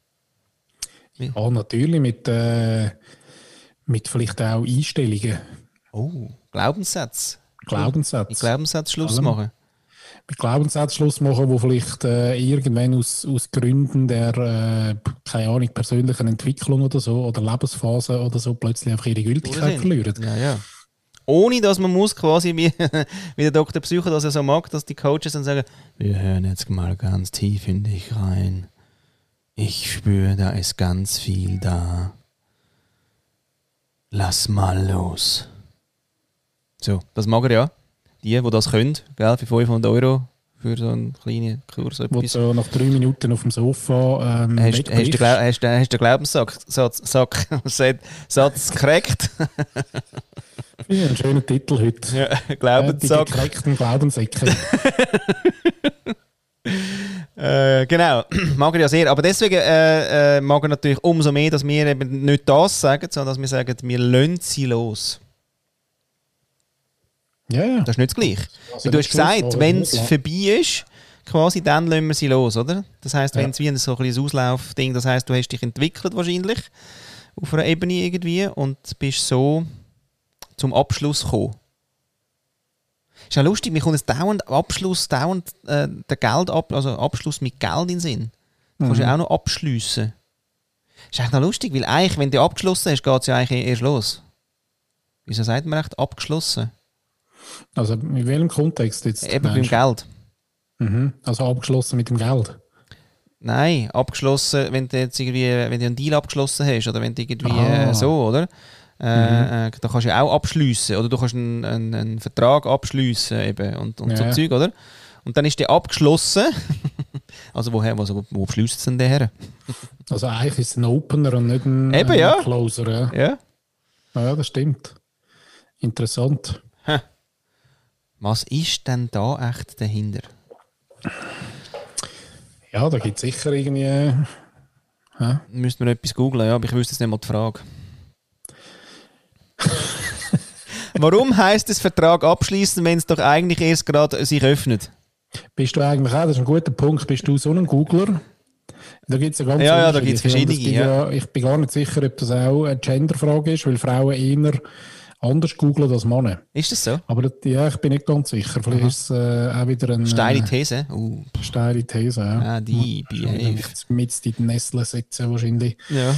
Ja, natürlich mit, äh, mit vielleicht auch Einstellungen, Oh, Glaubenssätze. Mit Glaubenssätze. Glaubenssätzen Schluss Allem. machen. Mit Glaubenssätzen Schluss machen, wo vielleicht äh, irgendwann aus, aus Gründen der, äh, keine Ahnung, persönlichen Entwicklung oder so, oder Lebensphase oder so, plötzlich einfach ihre Gültigkeit verlieren. Ja, ja. Ohne, dass man muss quasi, wie, wie der Doktor Psycho das ja so mag, dass die Coaches dann sagen, wir hören jetzt mal ganz tief in dich rein. Ich spüre, da ist ganz viel da. Lass mal los. So, das mag er ja. Die, die das können, gell, für fünfhundert Euro für so einen kleinen Kurs. Wo du Etwas. so nach drei Minuten auf dem Sofa ähm, Hast, hast, du wegbrichst. Glau- hast, du- hast du den Glaubenssack Satz, Sack, Satz gekriegt? Ja, ein schöner Titel heute. Ja, Äh, die Glaubenssack. gekreckten Glaubenssäcke. Äh, genau, mag er ja sehr. Aber deswegen äh, äh, mag er natürlich umso mehr, dass wir eben nicht das sagen, sondern dass wir sagen, wir lassen sie los. Ja, ja. Das ist nicht das Gleiche. Also Weil du hast nicht Schluss gesagt, machen, wenn es ja. vorbei ist, quasi, dann lassen wir sie los, oder? Das heisst, Ja. wenn es wie ein so ein kleines Auslaufding, das heisst, du hast dich entwickelt wahrscheinlich auf einer Ebene irgendwie und bist so zum Abschluss gekommen. Ist ja lustig, mir kommt jetzt dauernd Abschluss, dauernd äh, der Geld ab, also Abschluss mit Geld in den Sinn. Du kannst ja auch noch abschliessen. Ist eigentlich noch lustig, weil eigentlich, wenn du abgeschlossen hast, geht es ja eigentlich erst los. Wieso sagt man echt abgeschlossen? Also in welchem Kontext jetzt? Eben beim meinst du? Geld. Mhm. Also abgeschlossen mit dem Geld. Nein, abgeschlossen, wenn du jetzt irgendwie, wenn du einen Deal abgeschlossen hast oder wenn du irgendwie Ah. äh, so, oder? Äh, äh, da kannst du ja auch abschliessen oder du kannst einen, einen, einen Vertrag abschliessen eben und, und so Ja. Zeug, oder? Und dann ist der abgeschlossen. Also woher, also, wo beschließt es denn der her? Also eigentlich ist es ein Opener und nicht ein, Eben, ein ja. Closer. Ja. Ja. Ja, das stimmt. Interessant. Was ist denn da echt dahinter? Ja, da gibt es sicher irgendwie. Äh, hä? Müsste man etwas googlen, ja, aber ich wüsste jetzt nicht mal die Frage. Warum heisst es Vertrag abschließen, wenn es doch eigentlich erst gerade sich öffnet? Bist du eigentlich auch, das ist ein guter Punkt, bist du so ein Googler? Da gibt es ja ganz Ja, ja, da unterschiedliche. gibt's verschiedene, Und es gibt ja. ja. Ich bin gar nicht sicher, ob das auch eine Genderfrage ist, weil Frauen eher anders googeln als Männer. Ist das so? Aber das, ja, ich bin nicht ganz sicher. Vielleicht Aha. ist es äh, auch wieder eine Steile äh, These? Uh. steile These. Ja. Ah, die behave. Mit in den Nesseln sitzen wahrscheinlich. Ja.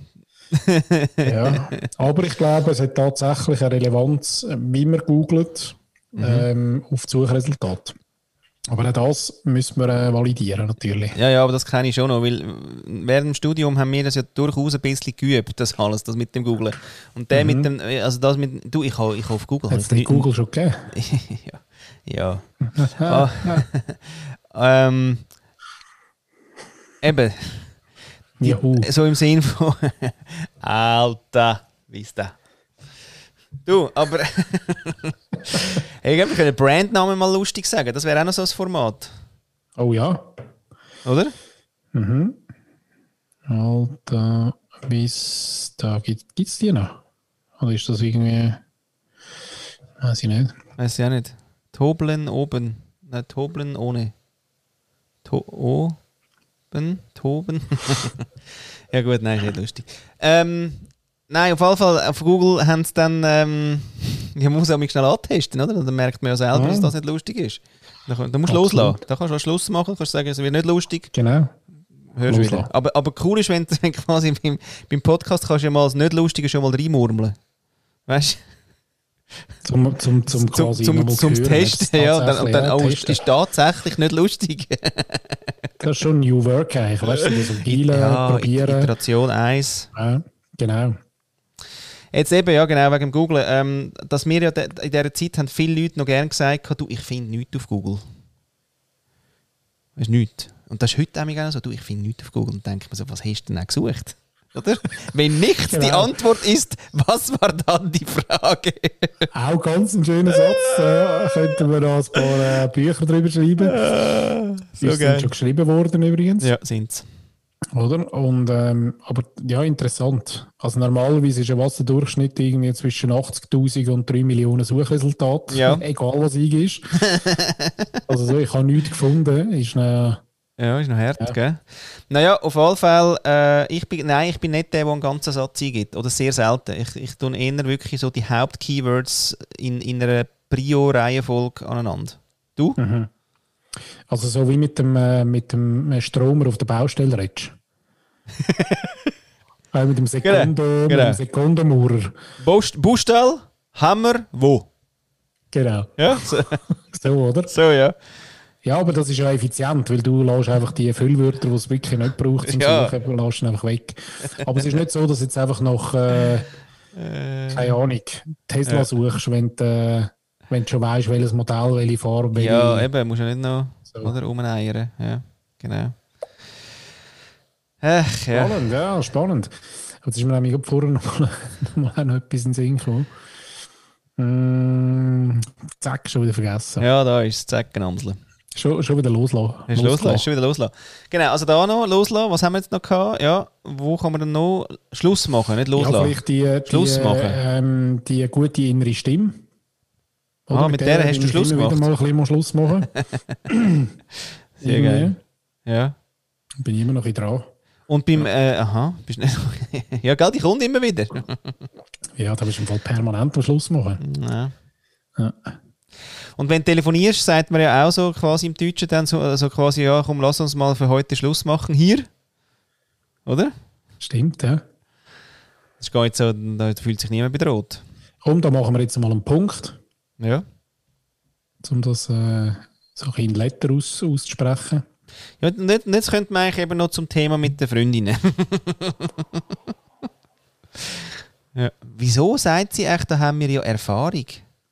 Ja. Aber ich glaube, es hat tatsächlich eine Relevanz, wie man googelt, Mhm. ähm, auf die Suchresultate. Aber auch das müssen wir äh, validieren, natürlich. Ja, ja, aber das kenne ich schon noch, weil während dem Studium haben wir das ja durchaus ein bisschen geübt, das alles, das mit dem Googlen. Und der Mhm. mit dem, also das mit, du, ich habe ich ha auf Google. Hat es den Google schon gegeben? ja. ja. ah. ähm, eben. Die, Juhu. so im Sinn von Alter, wie ist das? Du, aber hey, wir können Brandnamen mal lustig sagen, das wäre auch noch so ein Format. Oh ja. Oder? Mhm. Alta Vista. Gibt es die noch? Oder ist das irgendwie. Weiß ich nicht. Weiß ich auch nicht. Toblen oben. Nein, Toblen ohne. To oben? Toben? Ja gut, nein, ist nicht lustig. Ähm, nein, auf jeden Fall, auf Google haben sie dann, ähm, ja, man muss auch mal schnell antesten, oder? Dann merkt man ja selber, Ja. dass das nicht lustig ist. Da, da musst du Absolut. loslassen. Da kannst du auch Schluss machen, kannst sagen, es wird nicht lustig. Genau. Hörst du Loslassen. wieder. Aber, aber cool ist, wenn du wenn quasi beim, beim Podcast kannst du ja mal das nicht Lustige schon mal reinmurmeln. Weißt Zum, zum, zum, du? quasi zum, nochmal zum hören, Testen, ja. Und dann, und dann ja, oh, ist, testen. ist tatsächlich nicht lustig. Das ist schon New Work eigentlich. Weißt du, so Gielen ja, probieren. Iteration eins. Ja, genau. Jetzt eben, ja genau, wegen dem Googlen. Ähm, dass wir ja de, in dieser Zeit haben viele Leute noch gerne gesagt, du, ich finde nichts auf Google. Weißt du, nichts. Und das ist heute auch gerne so, du, ich finde nichts auf Google. Und dann denke ich mir so, was hast du denn auch gesucht? Oder? Wenn nichts die Genau. Antwort ist, was war dann die Frage? Auch ganz ein schöner Satz. Äh, könnten wir noch ein paar äh, Bücher drüber schreiben. so Die sind schon geschrieben worden übrigens. Ja, sind's. Oder? Und, ähm, aber ja, interessant. Also normalerweise ist ja was der Durchschnitt irgendwie zwischen achtzigtausend und drei Millionen Suchresultate. Ja. Egal was eingibst. Also so, ich habe nichts gefunden. Ist eine, Ja, ist noch hart, Ja. gell? Naja, auf jeden Fall, äh, ich bin, nein, ich bin nicht der, der einen ganzen Satz eingibt. Oder sehr selten. Ich, ich tue eher wirklich so die Haupt-Keywords in, in einer Prio-Reihenfolge aneinander. Du? mhm. Also so wie mit dem, äh, mit dem Stromer auf der Baustelle redest. Auch mit dem Sekundo, Genau, mit genau. dem Sekundenmaurer. Baust- Baustelle, Hammer, wo? Genau. Ja, so, So, oder? so ja. Ja, aber das ist ja effizient, weil du lässt einfach die Füllwörter, die es wirklich nicht braucht zum Ja. Suchen, lässt du einfach weg. Aber es ist nicht so, dass du jetzt einfach nach, äh, keine Ahnung, Tesla Ja. suchst, wenn du, äh, wenn du schon weißt, welches Modell, welche Farbe, welche... Ja, eben, musst du nicht noch So. oder, umeiern. Ja, genau. Ach, ja. Spannend, ja, spannend. Aber jetzt ist mir nämlich gerade vorher noch mal, noch mal noch etwas in den Sinn gekommen. Mm, zack, schon wieder vergessen. Ja, da ist das Zeckenamsel. Schon, schon wieder loslassen. Hast du loslassen? Hast du schon wieder loslassen? Genau, also da noch loslassen. Was haben wir jetzt noch gehabt? Ja, wo kann man dann noch Schluss machen, nicht Ja, loslassen? vielleicht die, die, Schluss machen. Ähm, die gute innere Stimme. Ah, mit der hast du will ich Schluss immer wieder gemacht? mal ein bisschen mal Schluss machen. Sehr Irgendwie. geil. Ja. Bin ich immer noch ein bisschen dran. Und beim, äh, aha, bist nicht. Ja, gell, die kommt immer wieder. Ja, da bist du im Fall permanent am Schluss machen. Ja. Ja. Und wenn du telefonierst, sagt man ja auch so quasi im Deutschen dann so, also quasi, ja, komm, lass uns mal für heute Schluss machen. Hier. Oder? Stimmt, ja. Das geht so, da fühlt sich niemand bedroht. Und da machen wir jetzt mal einen Punkt, Ja. um das äh, so ein bisschen in Letter aus, auszusprechen. Ja, und jetzt, und jetzt könnte man eigentlich eben noch zum Thema mit den Freundinnen. Ja. Wieso sagt sie echt, da haben wir ja Erfahrung?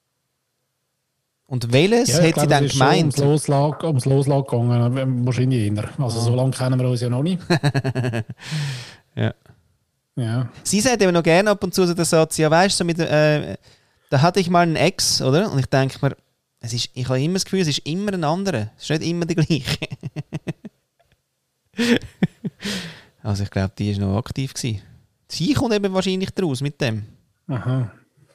Und welches Ja, ich hat sie glaube, dann es ist schon gemeint? Ums Loslagen, ums Loslagen gegangen, äh, wahrscheinlich eher. Also so lange kennen wir uns ja noch nicht. Ja. Ja. Sie sagt eben noch gerne ab und zu so den Satz, ja weißt du, so mit, äh, da hatte ich mal einen Ex, oder? Und ich denke mir, es ist, ich habe immer das Gefühl, es ist immer ein anderer. Es ist nicht immer der gleiche. Also ich glaube, die war noch aktiv gewesen. Sie kommt eben wahrscheinlich daraus mit dem. Aha.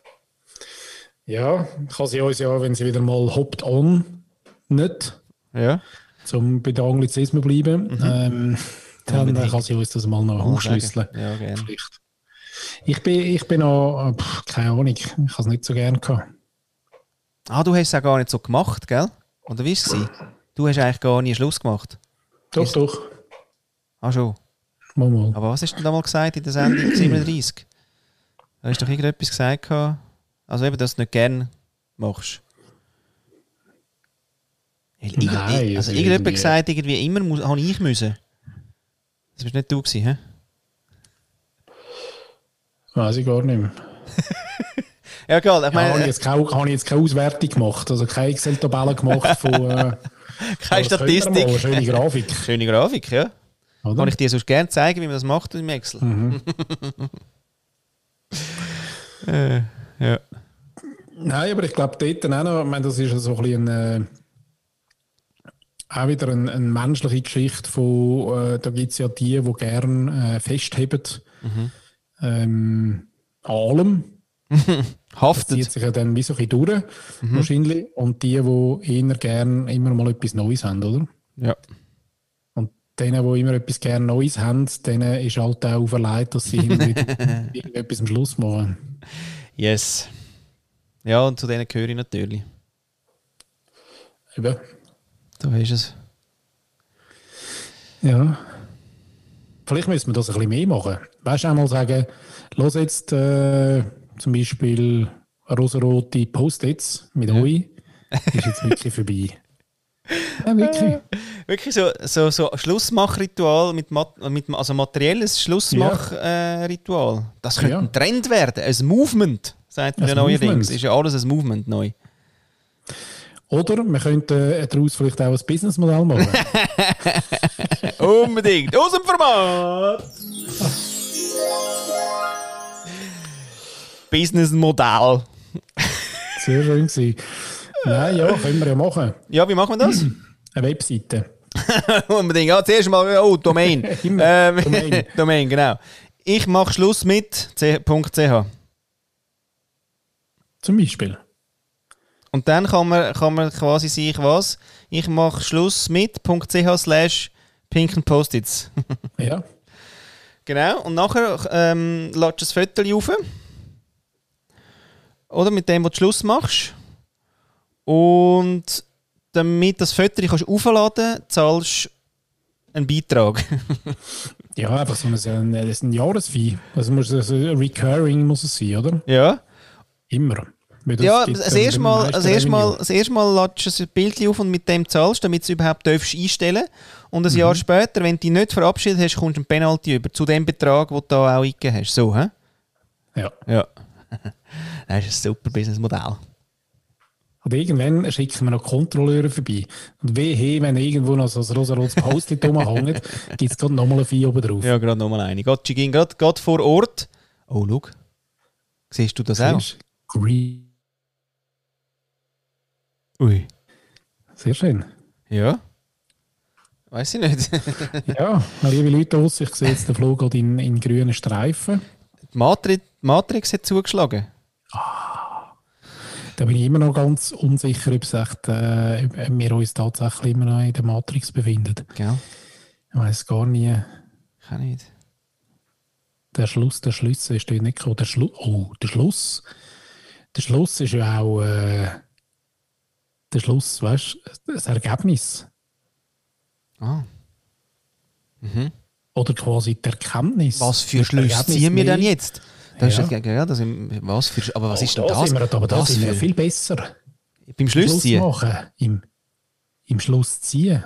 Ja, kann sie uns ja, wenn sie wieder mal hopped on, nicht, Ja. zum bei den Anglizismen bleiben, ähm, dann Unbedingt. kann sie uns das mal noch Mal aufschlüsseln. sagen. Ja, gerne. Vielleicht. Ich bin, ich bin noch, pff, keine Ahnung, ich habe es nicht so gerne gehabt. Ah, du hast es auch gar nicht so gemacht, gell? Oder wie war es? Du hast eigentlich gar nie Schluss gemacht. Doch, Ist- doch. Ah, schon. Mal, mal. Aber was hast du denn damals gesagt in der Sendung siebenunddreißig? Da hast du doch irgendetwas gesagt gehabt. Also eben, dass du nicht gerne machst. Irgend- Nein, also also irgendjemand irgendwie- gesagt, irgendwie immer muss, habe ich müssen. Das bist nicht du gewesen, hä? Weiß ich gar nicht mehr. Ja, egal. Ich Ja, meine, habe, ich jetzt keine, habe ich jetzt keine Auswertung gemacht, also keine Excel-Tabelle gemacht von... Äh, keine das können wir mal, Statistik. schöne Grafik. Schöne Grafik, ja. Oder? Kann ich dir sonst gerne zeigen, wie man das macht im Excel. Mhm. äh, ja. Nein, aber ich glaube, dort auch noch, ich meine, das ist so ein bisschen äh, auch wieder eine, eine menschliche Geschichte von, äh, da gibt es ja die, die gerne äh, festheben Mhm. ähm, an allem. Das zieht Haftet. sich ja dann wie so ein bisschen durch, Mhm. wahrscheinlich. Und die, die eher gerne immer mal etwas Neues haben, oder? Ja. Und denen, die immer etwas gerne Neues haben, denen ist halt auch auferlegt, dass sie immer wieder irgendetwas am Schluss machen. Yes. Ja, und zu denen gehöre ich natürlich. Eben. Da ist es. Ja. Vielleicht müssen wir das ein bisschen mehr machen. Weißt du, einmal sagen, los jetzt äh, zum Beispiel rosarote Post-its mit Ja. euch, ist jetzt wirklich vorbei. Ja, wirklich. Wirklich so, so, so ein Schlussmachritual, mit, Mat mit also materielles Schlussmachritual. Äh, Ritual. Das könnte Ja. ein Trend werden, ein Movement, sagt man Ein ja neuerdings. Movement. Ist ja alles ein Movement neu. Oder wir könnten äh, daraus vielleicht auch ein Businessmodell machen. Unbedingt. Aus dem Format. Businessmodell. Sehr schön gewesen. Nein, ja, können wir ja machen. Ja, wie machen wir das? Eine Webseite. Unbedingt. Ja, zuerst mal, oh, Domain. Immer ähm, Domain. Domain, genau. Ich mache Schluss mit c.ch. Zum Beispiel. Und dann kann man, kann man quasi sich was? Ich mache Schluss mit .ch slash pinken Post-its. Ja. Genau. Und nachher ähm, lädst du das Foto rauf. Oder mit dem, was du Schluss machst. Und damit das Foto kannst du aufladen, zahlst du einen Beitrag. Ja, einfach so ein, ein, ein Jahresfee. Also muss es recurring muss es sein, oder? Ja. Immer. Weil das Ja, gibt das dann erste den Mal, meisten das erste Mal, Revenue. das erste Mal ladest du ein Bild auf und mit dem zahlst, damit du es überhaupt darfst einstellen darfst. Und ein Jahr später, wenn du dich nicht verabschiedet hast, kommst du ein Penalty über zu dem Betrag, den du da auch eingegeben hast. So, hä? Ja. Ja. Das ist ein super Businessmodell. Und irgendwann schicken wir noch Kontrolleure vorbei. Und wehe, wenn irgendwo noch so ein rosa-rotes Post-it rumhängt, gibt es gerade nochmal ein Vieh oben drauf. Ja, gerade nochmal eine. Gott, sie ging gerade gerade vor Ort. Oh, schau. Siehst du das auch? Siehst du? Green. Ui. Sehr schön. Ja. Weiß ich nicht. Ja, liebe Leute aus, ich sehe jetzt den Flug gerade in, in grünen Streifen. Die Matri Matrix hat zugeschlagen. Da bin ich immer noch ganz unsicher, ob, es echt, äh, ob wir uns tatsächlich immer noch in der Matrix befinden. Gell? Ich weiß gar nie. Kann nicht. Der Schluss der Schlüsse ist dort nicht gekommen. Der Schlu oh, der Schluss. Der Schluss ist ja auch äh, der Schluss, weißt du, das Ergebnis. Ah. Mhm. Oder quasi die Erkenntnis. Was für Das Schlüsse Ergebnis ziehen wir denn mehr- jetzt? Das Ja. ist, ja, ja, das, was für, aber was Oh, ist denn da das? Sind wir, aber da Was sind wir für- viel besser. Beim Schluss Schluss ziehen? machen. Im, Im Schluss ziehen.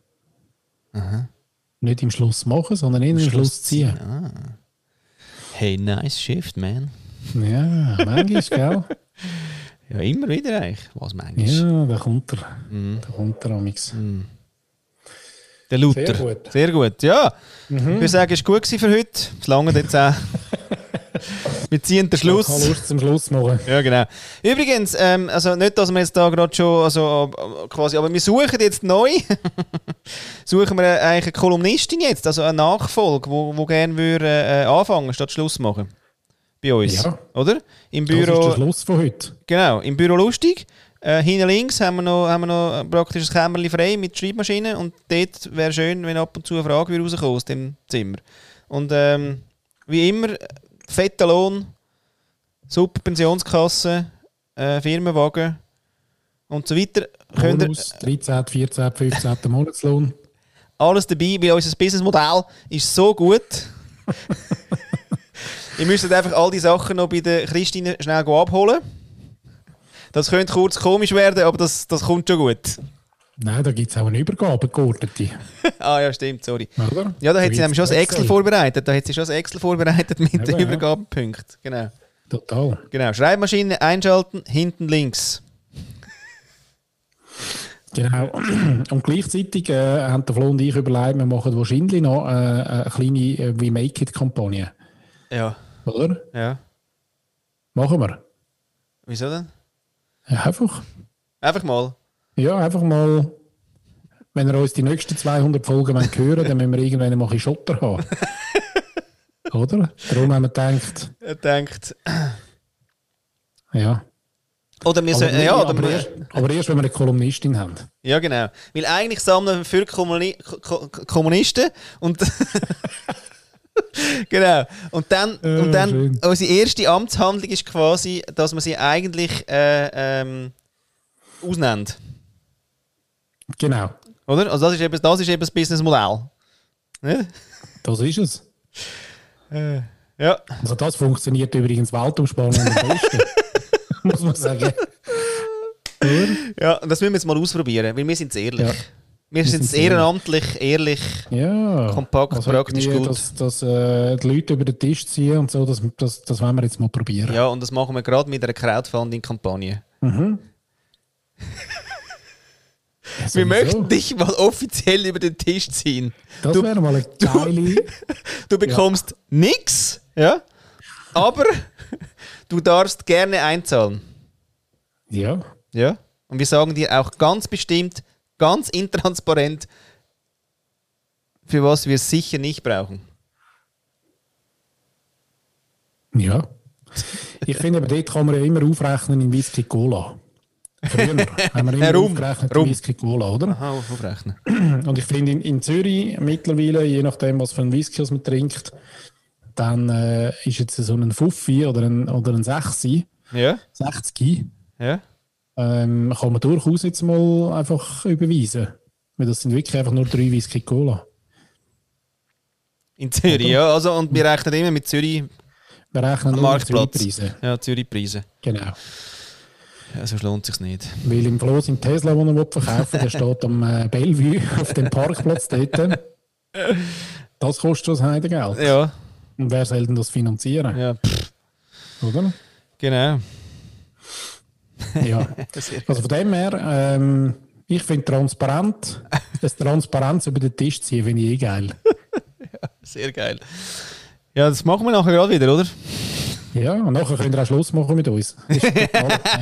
Nicht im Schluss machen, sondern in im Schluss ziehen. Ah. Hey, nice shift, man. Ja, manchmal, gell? Ja, immer wieder eigentlich. Was manchmal? Ja, da kommt er. Mhm. Da kommt er amix. Der Luther. Sehr gut. Sehr gut, ja. Ich würde sagen, es war gut gewesen für heute. Es lange jetzt auch. Wir ziehen den Ich habe Schluss. Lust zum Schluss machen. Ja, genau. Übrigens, ähm, also nicht, dass wir jetzt da gerade schon, also äh, quasi, aber wir suchen jetzt neu, suchen wir äh, eigentlich eine Kolumnistin jetzt, also eine Nachfolge, wo, wo gerne würde äh, anfangen, statt Schluss machen. Bei uns, Ja. oder? Im Das ist der Büro, Schluss von heute. genau, im Büro lustig. Äh, hinten links haben wir noch, haben wir noch praktisch ein Kämmerchen frei mit Schreibmaschine und dort wäre schön, wenn ab und zu eine Frage wieder rauskommt aus dem Zimmer. Und ähm, wie immer, fetter Lohn, super Pensionskasse, äh, Firmenwagen und so weiter. Bonus, dreizehn, vierzehn, fünfzehn Monatslohn. Alles dabei, weil unser Businessmodell ist so gut. Ihr müsst einfach all die Sachen noch bei der Christine schnell abholen. Das könnte kurz komisch werden, aber das, das kommt schon gut. Nein, da gibt es auch eine Übergabe, geordnete. Ah ja, stimmt, sorry. Oder? Ja, da Da hat sie nämlich schon das gibt's Excel Excel. vorbereitet. Da hat sie schon das Excel vorbereitet mit Eben, den ja. Übergabenpunkten. Genau. Total. genau. Schreibmaschine einschalten, hinten links. Genau. Und gleichzeitig äh, haben der Flo und ich überlegt, wir machen wahrscheinlich noch äh, eine kleine äh, We Make It-Kampagne. Ja. Oder? Ja. Machen wir. Wieso denn? Ja, einfach. Einfach mal. Ja, einfach mal, wenn ihr uns die nächsten zweihundert Folgen hören wollt, dann müssen wir irgendwann mal ein bisschen Schotter haben. Oder? Darum haben wir gedacht, Er denkt. ja. Oder wir Aber, sollen. Ja, oder aber, wir, erst, aber erst, wenn wir eine Kolumnistin haben. ja, genau. Weil eigentlich sammeln wir für Kommuni Ko Kommunisten und. genau. Und dann, Ja, und dann schön. unsere erste Amtshandlung ist quasi, dass man sie eigentlich äh, ähm, ausnennt. Genau, Oder? Also das ist eben das, ist eben das Businessmodell. Nicht? das ist es. Ja. Also das funktioniert übrigens weltumspannend am besten. Muss man sagen. Oder? Ja, und das müssen wir jetzt mal ausprobieren, weil wir sind ehrlich. Ja. Wir sind sind's ehrenamtlich, ehrlich. Ja. Kompakt, also praktisch irgendwie, gut. Dass, dass äh, die Leute über den Tisch ziehen und so, das, das, das wollen wir jetzt mal probieren. Ja, und das machen wir gerade mit einer Crowdfunding-Kampagne. Mhm. Ja, Wir sowieso. möchten dich mal offiziell über den Tisch ziehen. Das du- wäre mal eine geile... Du bekommst nichts, ja, aber du darfst gerne einzahlen. Ja. Ja? Und wir sagen dir auch ganz bestimmt, ganz intransparent, für was wir es sicher nicht brauchen. Ja. Ich finde, aber dort kann man ja immer aufrechnen in Whisky Cola. Früher haben wir immer Herum, aufgerechnet rum. in Whisky Cola, oder? Aha, aufrechnen. Und ich finde, in, in Zürich mittlerweile, je nachdem, was für ein Whisky man trinkt, dann äh, ist jetzt so ein Fuffi oder ein, oder ein Sechsi, Ja, sechzig, ja. ähm, kann man durchaus jetzt mal einfach überweisen. Weil das sind wirklich einfach nur drei Whisky Cola. In Zürich, ja. Also, und wir rechnen immer mit Zürich, Wir rechnen am nur Marktplatz. Preise. Ja, Zürich-Preise. Genau. Ja, sonst lohnt es sich nicht. Weil im Flo sein Tesla, den er verkaufen will, der steht am äh, Bellevue auf dem Parkplatz dort. Das kostet schon das Heidengeld. Ja, Und wer soll denn das finanzieren? ja, pff, Oder? genau. Ja. Sehr Also von dem her, ähm, ich finde transparent, das Transparenz über den Tisch ziehen, finde ich eh geil. Sehr geil. Ja, das machen wir nachher gerade wieder, oder? Ja, und nachher könnt ihr auch Schluss machen mit uns. Das ist total okay.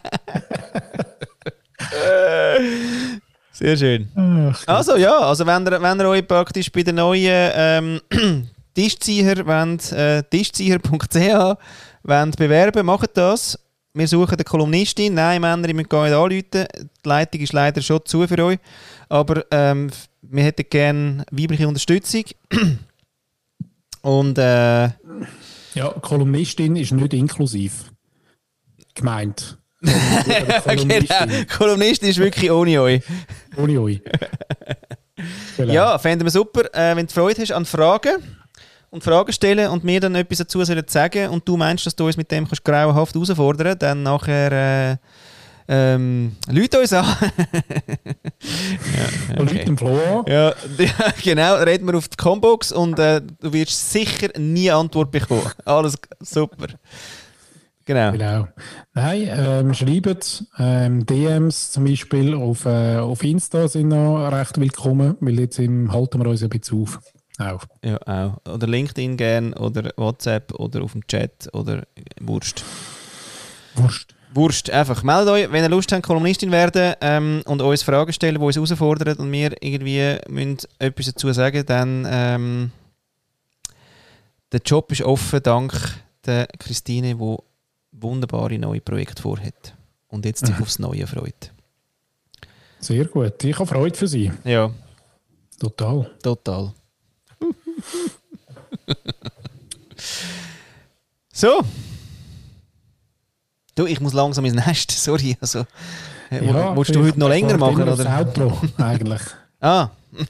Sehr schön. Ach, Also ja, also wenn ihr, wenn ihr euch praktisch bei den neuen ähm, Tischzieher wollt, äh, tischzieher punkt c h wollt bewerben, macht das. Wir suchen eine Kolumnistin. Nein, Männer, ihr müsst gar nicht anrufen. Die Leitung ist leider schon zu für euch. Aber ähm, wir hätten gerne weibliche Unterstützung. Und äh, ja, Kolumnistin ist nicht inklusiv gemeint. genau, Kolumnistin. Kolumnistin ist wirklich ohne euch. Ohne euch. Genau. Ja, fänden wir super. Äh, wenn du Freude hast an Fragen und Fragen stellen und mir dann etwas dazu sollen sagen und du meinst, dass du uns mit dem kannst grauenhaft herausfordern, dann nachher äh, ähm, Leute uns an. ja, Und Leute im Flo an. ja, ja, genau, reden wir auf die Combox und äh, du wirst sicher nie Antwort bekommen. Alles super. Genau. Genau. Nein, ähm, schreibt ähm, D Ms zum Beispiel auf, äh, auf Insta sind noch recht willkommen, weil jetzt im, halten wir uns ein bisschen auf. Auch. Ja, auch. Oder LinkedIn gern oder WhatsApp oder auf dem Chat oder Wurst. Wurscht. Wurst, einfach. Meldet euch, wenn ihr Lust habt, Kolumnistin werden ähm, und uns Fragen stellen, die uns herausfordern und wir irgendwie müssen etwas dazu sagen, dann ähm, der Job ist offen, dank der Christine, die wunderbare neue Projekte vorhat und jetzt sich aufs Neue freut. Sehr gut. Ich habe Freude für Sie. Ja, Total. total. So. Du, ich muss langsam ins Nest, sorry. Also, äh, Ja, willst du heute noch länger machen? Das Oder? Outro, eigentlich. Ah.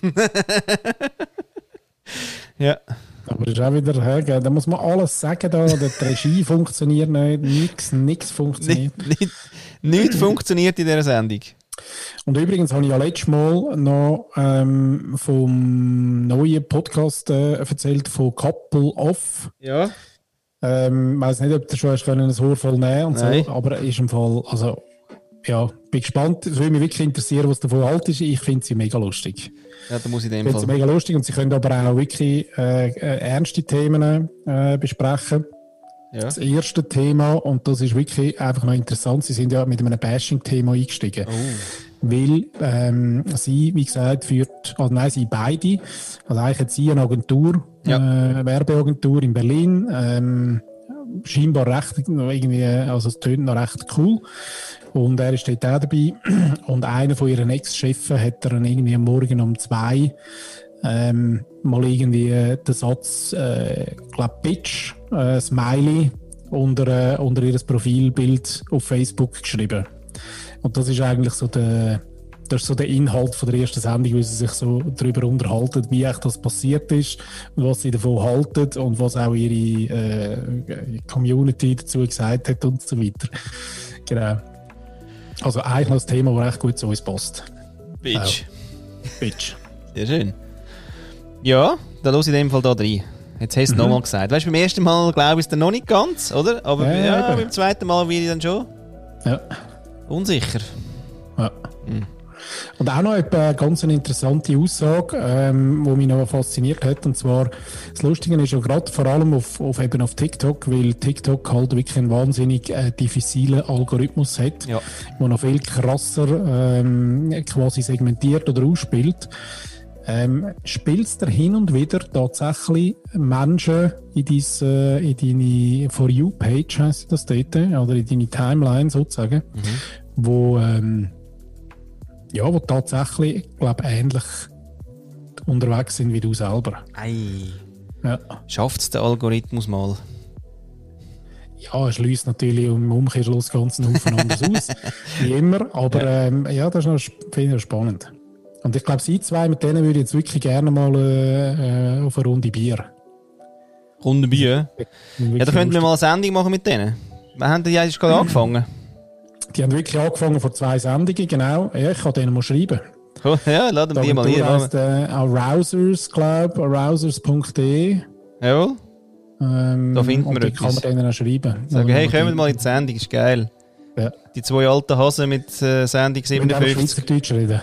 Ja. Aber das ist auch wieder, hey, da muss man alles sagen, da, die Regie funktioniert nicht, nichts, nichts funktioniert. Nicht, nicht, nicht funktioniert in dieser Sendung. Und übrigens habe ich ja letztes Mal noch ähm, vom neuen Podcast äh, erzählt, von Couple Off. Ja. Ähm, ich weiss nicht, ob du schon hast können, ein Ohr voll nehmen und Nein. so, aber ist im Fall, also, ja, bin gespannt. Es würde mich wirklich interessieren, was davon halt ist. Ich finde sie mega lustig. Ja, da muss ich in Ich dem finde sie Fall. mega lustig und sie können aber auch wirklich äh, äh, ernste Themen äh, besprechen. Ja. Das erste Thema, und das ist wirklich einfach noch interessant, sie sind ja mit einem Bashing-Thema eingestiegen. Oh. Weil ähm, sie, wie gesagt, führt, also nein, sie beide, also eigentlich hat sie eine Agentur, Ja. äh, Werbeagentur in Berlin, ähm, scheinbar recht, irgendwie, also es tönt noch recht cool. Und er ist dort auch dabei. Und einer von ihren Ex-Chefen hat dann irgendwie am Morgen um zwei ähm, mal irgendwie äh, den Satz, äh, glaub Bitch, äh, Smiley unter, äh, unter ihr Profilbild auf Facebook geschrieben. Und das ist eigentlich so der, das ist so der Inhalt von der ersten Sendung, wie sie sich so darüber unterhalten, wie echt das passiert ist, was sie davon halten und was auch ihre äh, Community dazu gesagt hat und so weiter. Genau. Also eigentlich noch ein Thema, das echt gut zu uns passt. Bitch. Bitch. Sehr schön. Ja, da los in dem Fall da rein. Jetzt hast du es Mhm. nochmal gesagt. Weißt du, beim ersten Mal glaube ich es dann noch nicht ganz, oder? Aber Ja, ja, eben. beim zweiten Mal werde ich dann schon Ja. unsicher. Ja. Und auch noch eine ganz eine interessante Aussage, ähm, die mich noch fasziniert hat. Und zwar, das Lustige ist ja gerade vor allem auf, auf, eben auf TikTok, weil TikTok halt wirklich einen wahnsinnig äh, diffizilen Algorithmus hat, Ja. der noch viel krasser ähm, quasi segmentiert oder ausspielt. Ähm, spielst du hin und wieder tatsächlich Menschen in, dein, äh, in deine For You-Page, heisst das dort, oder in deine Timeline sozusagen, wo, ähm, ja, wo tatsächlich, glaube ähnlich unterwegs sind wie du selber. Ei. Ja, Schafft es der Algorithmus mal? ja er schließt natürlich im Umkehrschluss ganz einen Haufen anders aus, wie immer, aber ja, ähm, ja das ist noch sp- finde ich spannend. Und ich glaube, sie zwei, mit denen würde ich jetzt wirklich gerne mal äh, äh, auf eine Runde Bier. Runde Bier? Ja, da könnten wir mal eine Sendung machen mit denen. Wir haben ja jetzt gerade angefangen. Die haben wirklich angefangen vor zwei Sendungen, genau. Ja, ich kann denen mal schreiben. Ja, laden wir die mal Agentur hier. heisst, äh, Arousers, glaube ich, arousers punkt de. Jawohl. Ähm, Da finden und wir die etwas. kann man denen auch schreiben. Sagen, Also, hey, die- kommt mal in die Sendung, ist geil. Ja. Die zwei alten Hasen mit äh, Sendung Wir müssen auch siebenundfünfzig. Schweizerdeutsch reden.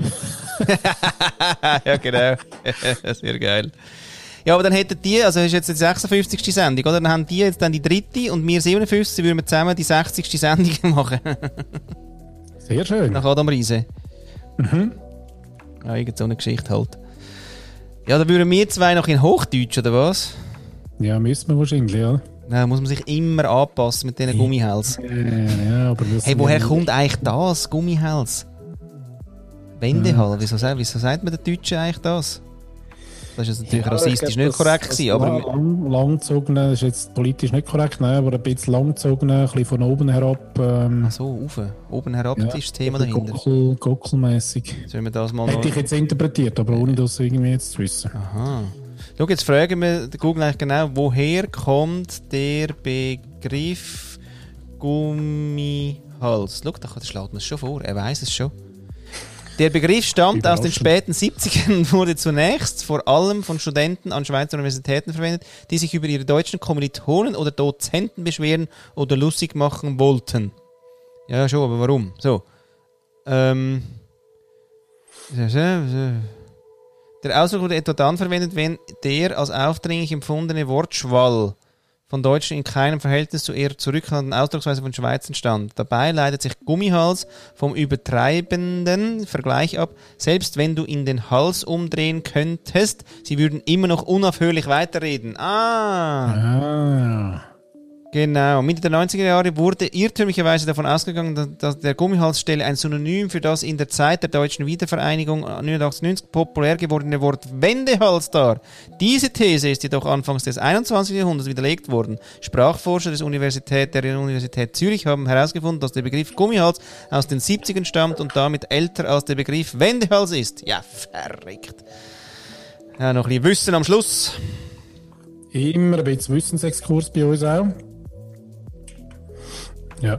Ja, genau. Sehr geil. Ja, aber dann hätten die, also das ist jetzt die sechsundfünfzigste Sendung, oder? Dann haben die jetzt dann die dritte und wir siebenundfünfzig, würden wir zusammen die sechzigste Sendung machen. Sehr schön. Nach Adam Riese. Mhm. Ja, irgend so eine Geschichte halt. Ja, dann würden wir zwei noch in Hochdeutsch, oder was? Ja, müssen wir wahrscheinlich, ja. Da muss man sich immer anpassen mit diesen Gummihälsen. Äh, ja aber das Hey, sind woher ja- kommt eigentlich das, Gummihals? Wendehals, wieso, sa- wieso sagt man den Deutschen eigentlich das? Das ist jetzt natürlich Ja, rassistisch ich glaub, nicht korrekt das- gewesen, das aber... lang, langgezogene, das ist jetzt politisch nicht korrekt, nein, aber ein bisschen langgezogene, ein bisschen von oben herab. Ähm, Ach so, rauf. Oben herab ja, ist das Thema ein bisschen dahinter. Gockel, Gockelmässig. Sollen wir das mal noch... Hätte ich jetzt interpretiert, aber ohne das irgendwie jetzt zu wissen. Aha. Schau, jetzt fragen wir den Google eigentlich genau, woher kommt der Begriff Gummihals? Schau, da schlägt man es schon vor, er weiß es schon. Der Begriff stammt aus den späten siebzigern und wurde zunächst vor allem von Studenten an Schweizer Universitäten verwendet, die sich über ihre deutschen Kommilitonen oder Dozenten beschweren oder lustig machen wollten. Ja, ja, schon, aber warum? So. Ähm... Der Ausdruck wurde etwa dann verwendet, wenn der als aufdringlich empfundene Wortschwall von Deutschen in keinem Verhältnis zu eher zurückhaltenden Ausdrucksweise von Schweizern stand. Dabei leitet sich Gummihals vom übertreibenden Vergleich ab. Selbst wenn du in den Hals umdrehen könntest, sie würden immer noch unaufhörlich weiterreden. Ah, Ah, Genau. Mitte der neunziger Jahre wurde irrtümlicherweise davon ausgegangen, dass, dass der Gummihalsstelle ein Synonym für das in der Zeit der deutschen Wiedervereinigung neunzehnhundertachtundneunzig populär gewordene Wort Wendehals dar. Diese These ist jedoch anfangs des einundzwanzigsten Jahrhunderts widerlegt worden. Sprachforscher des Universität, der Universität Zürich haben herausgefunden, dass der Begriff Gummihals aus den siebzigern stammt und damit älter als der Begriff Wendehals ist. Ja, verrückt. Ja, noch ein bisschen Wissen am Schluss. Immer ein bisschen Wissensexkurs bei uns auch. Ja.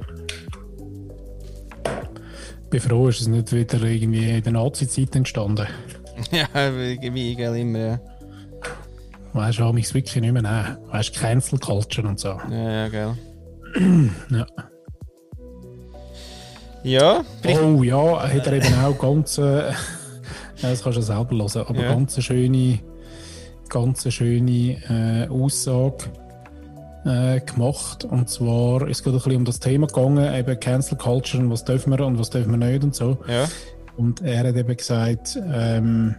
Ich bin froh, ist es nicht wieder irgendwie in der Nazi-Zeit entstanden. Ja, wie, gell, immer, ja. Weißt du, ich mich wirklich nicht mehr nehmen. Weißt du, Cancel Culture und so. Ja, ja, gell. Ja. Ja. Oh ja, hat er eben auch ganz, äh, das kannst du selber hören, aber Ja. ganz eine schöne, ganz eine schöne äh, Aussage äh, gemacht. Und zwar ist es gerade ein bisschen um das Thema gegangen, eben Cancel Culture und was dürfen wir und was dürfen wir nicht und so. Ja. Und er hat eben gesagt, ähm,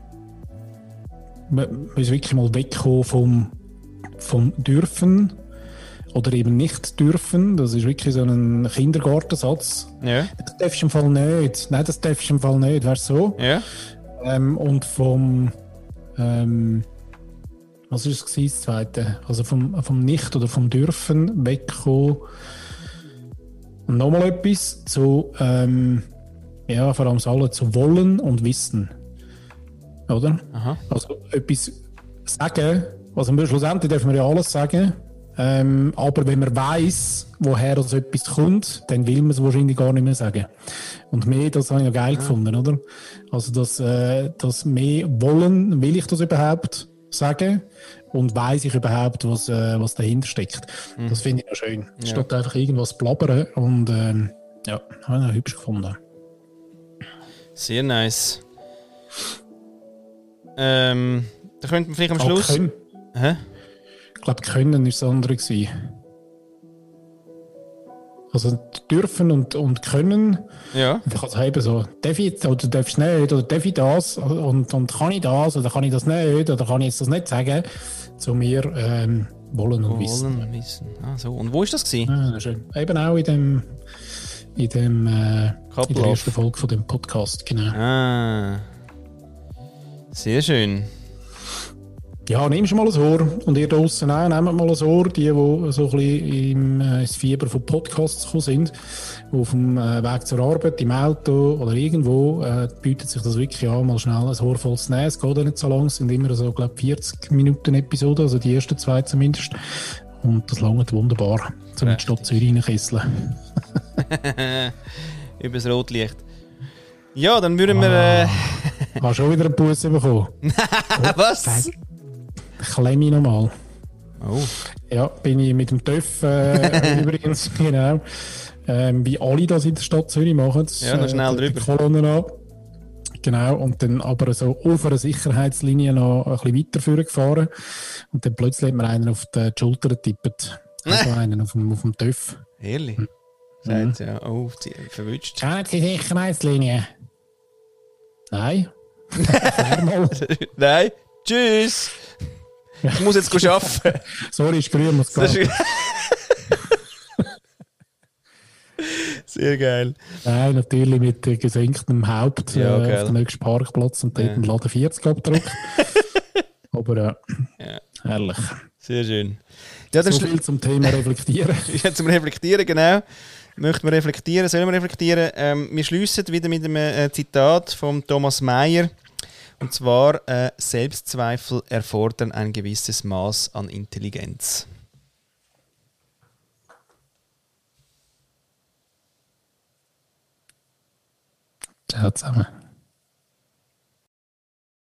man muss wirklich mal wegkommen vom, vom Dürfen oder eben nicht dürfen. Das ist wirklich so ein Kindergartensatz. Ja. Das darfst du im Fall nicht. Nein, das darfst du im Fall nicht. Weißt du so? Ja. Ähm, und vom, ähm, was ist es gewesen, das Zweite? Also vom, vom Nicht- oder vom Dürfen wegkommen. Und nochmal etwas zu, ähm, ja, vor allem alle zu wollen und wissen. Oder? Aha. Also etwas sagen, also schlussendlich dürfen wir ja alles sagen, ähm, aber wenn man weiss, woher also etwas kommt, dann will man es wahrscheinlich gar nicht mehr sagen. Und mehr, das habe ich ja geil ja. gefunden, oder? Also das, äh, das mehr wollen, will ich das überhaupt sagen und weiss ich überhaupt, was, äh, was dahinter steckt. Mhm. Das finde ich noch schön. Ja. Statt einfach irgendwas blabbern und ähm, ja, habe ich noch hübsch gefunden. Sehr nice. Ähm, da könnten wir vielleicht am oh, Schluss... Können. Hä? Ich glaube, können war das andere gewesen. Also dürfen und, und können. Ja. Ich kann es eben so, darf ich jetzt, oder darfst du nicht, oder darf ich das, und, und kann ich das, oder kann ich das nicht, oder kann ich jetzt das nicht sagen, zu mir ähm, wollen und wollen wissen. und wissen. Ah, so. Und wo war das gewesen? Ja, schön. Eben auch in dem, in dem, äh, in der ersten Folge von dem Podcast, genau. Ah. Sehr schön. Ja, nimmst du mal ein Ohr. Und ihr draussen auch, nehmt mal ein Ohr. Die, die so ein bisschen im äh, Fieber von Podcasts gekommen sind, die auf dem äh, Weg zur Arbeit, im Auto oder irgendwo, äh, bietet sich das wirklich an, mal schnell ein Ohr voll zu nehmen. Es geht auch nicht so lang, es sind immer so, glaube ich, vierzig Minuten Episoden, also die ersten zwei zumindest. Und das langt wunderbar, zum in die Stadt Zürich reinkesseln. Übers Rotlicht. Ja, dann würden wir... Äh... Hast du schon wieder einen Bus bekommen? Was? Klemme ich nochmal. Oh. Ja, bin ich mit dem TÜV äh, übrigens, genau. Ähm, wie alle das in der Stadt Zürich machen. Ja, noch schnell äh, drüber. Kolonnen an. Genau, und dann aber so auf einer Sicherheitslinie noch ein bisschen weiterführen gefahren. Und dann plötzlich hat mir einen auf die Schulter getippt. Also einen auf dem, auf dem TÜV. Ehrlich? Mhm. Sagt ja, oh, verwünscht. Kennen Sie die Sicherheitslinie? Nein. Nein. Tschüss. Ich muss jetzt arbeiten. Sorry, ist grün, muss gehen. Sehr geil. Nein, natürlich mit gesenktem Haupt ja, äh, auf den nächsten Parkplatz und dort ja. den Laden vierzig abgedrückt. Aber äh, ja. herrlich. Sehr schön. Ja, so viel zum Thema Reflektieren. Ja, zum Reflektieren, genau. Möchten wir reflektieren, sollen wir reflektieren? Ähm, wir schliessen wieder mit einem äh, Zitat von Thomas Mayer. Und zwar, äh, Selbstzweifel erfordern ein gewisses Maß an Intelligenz. Ciao zusammen.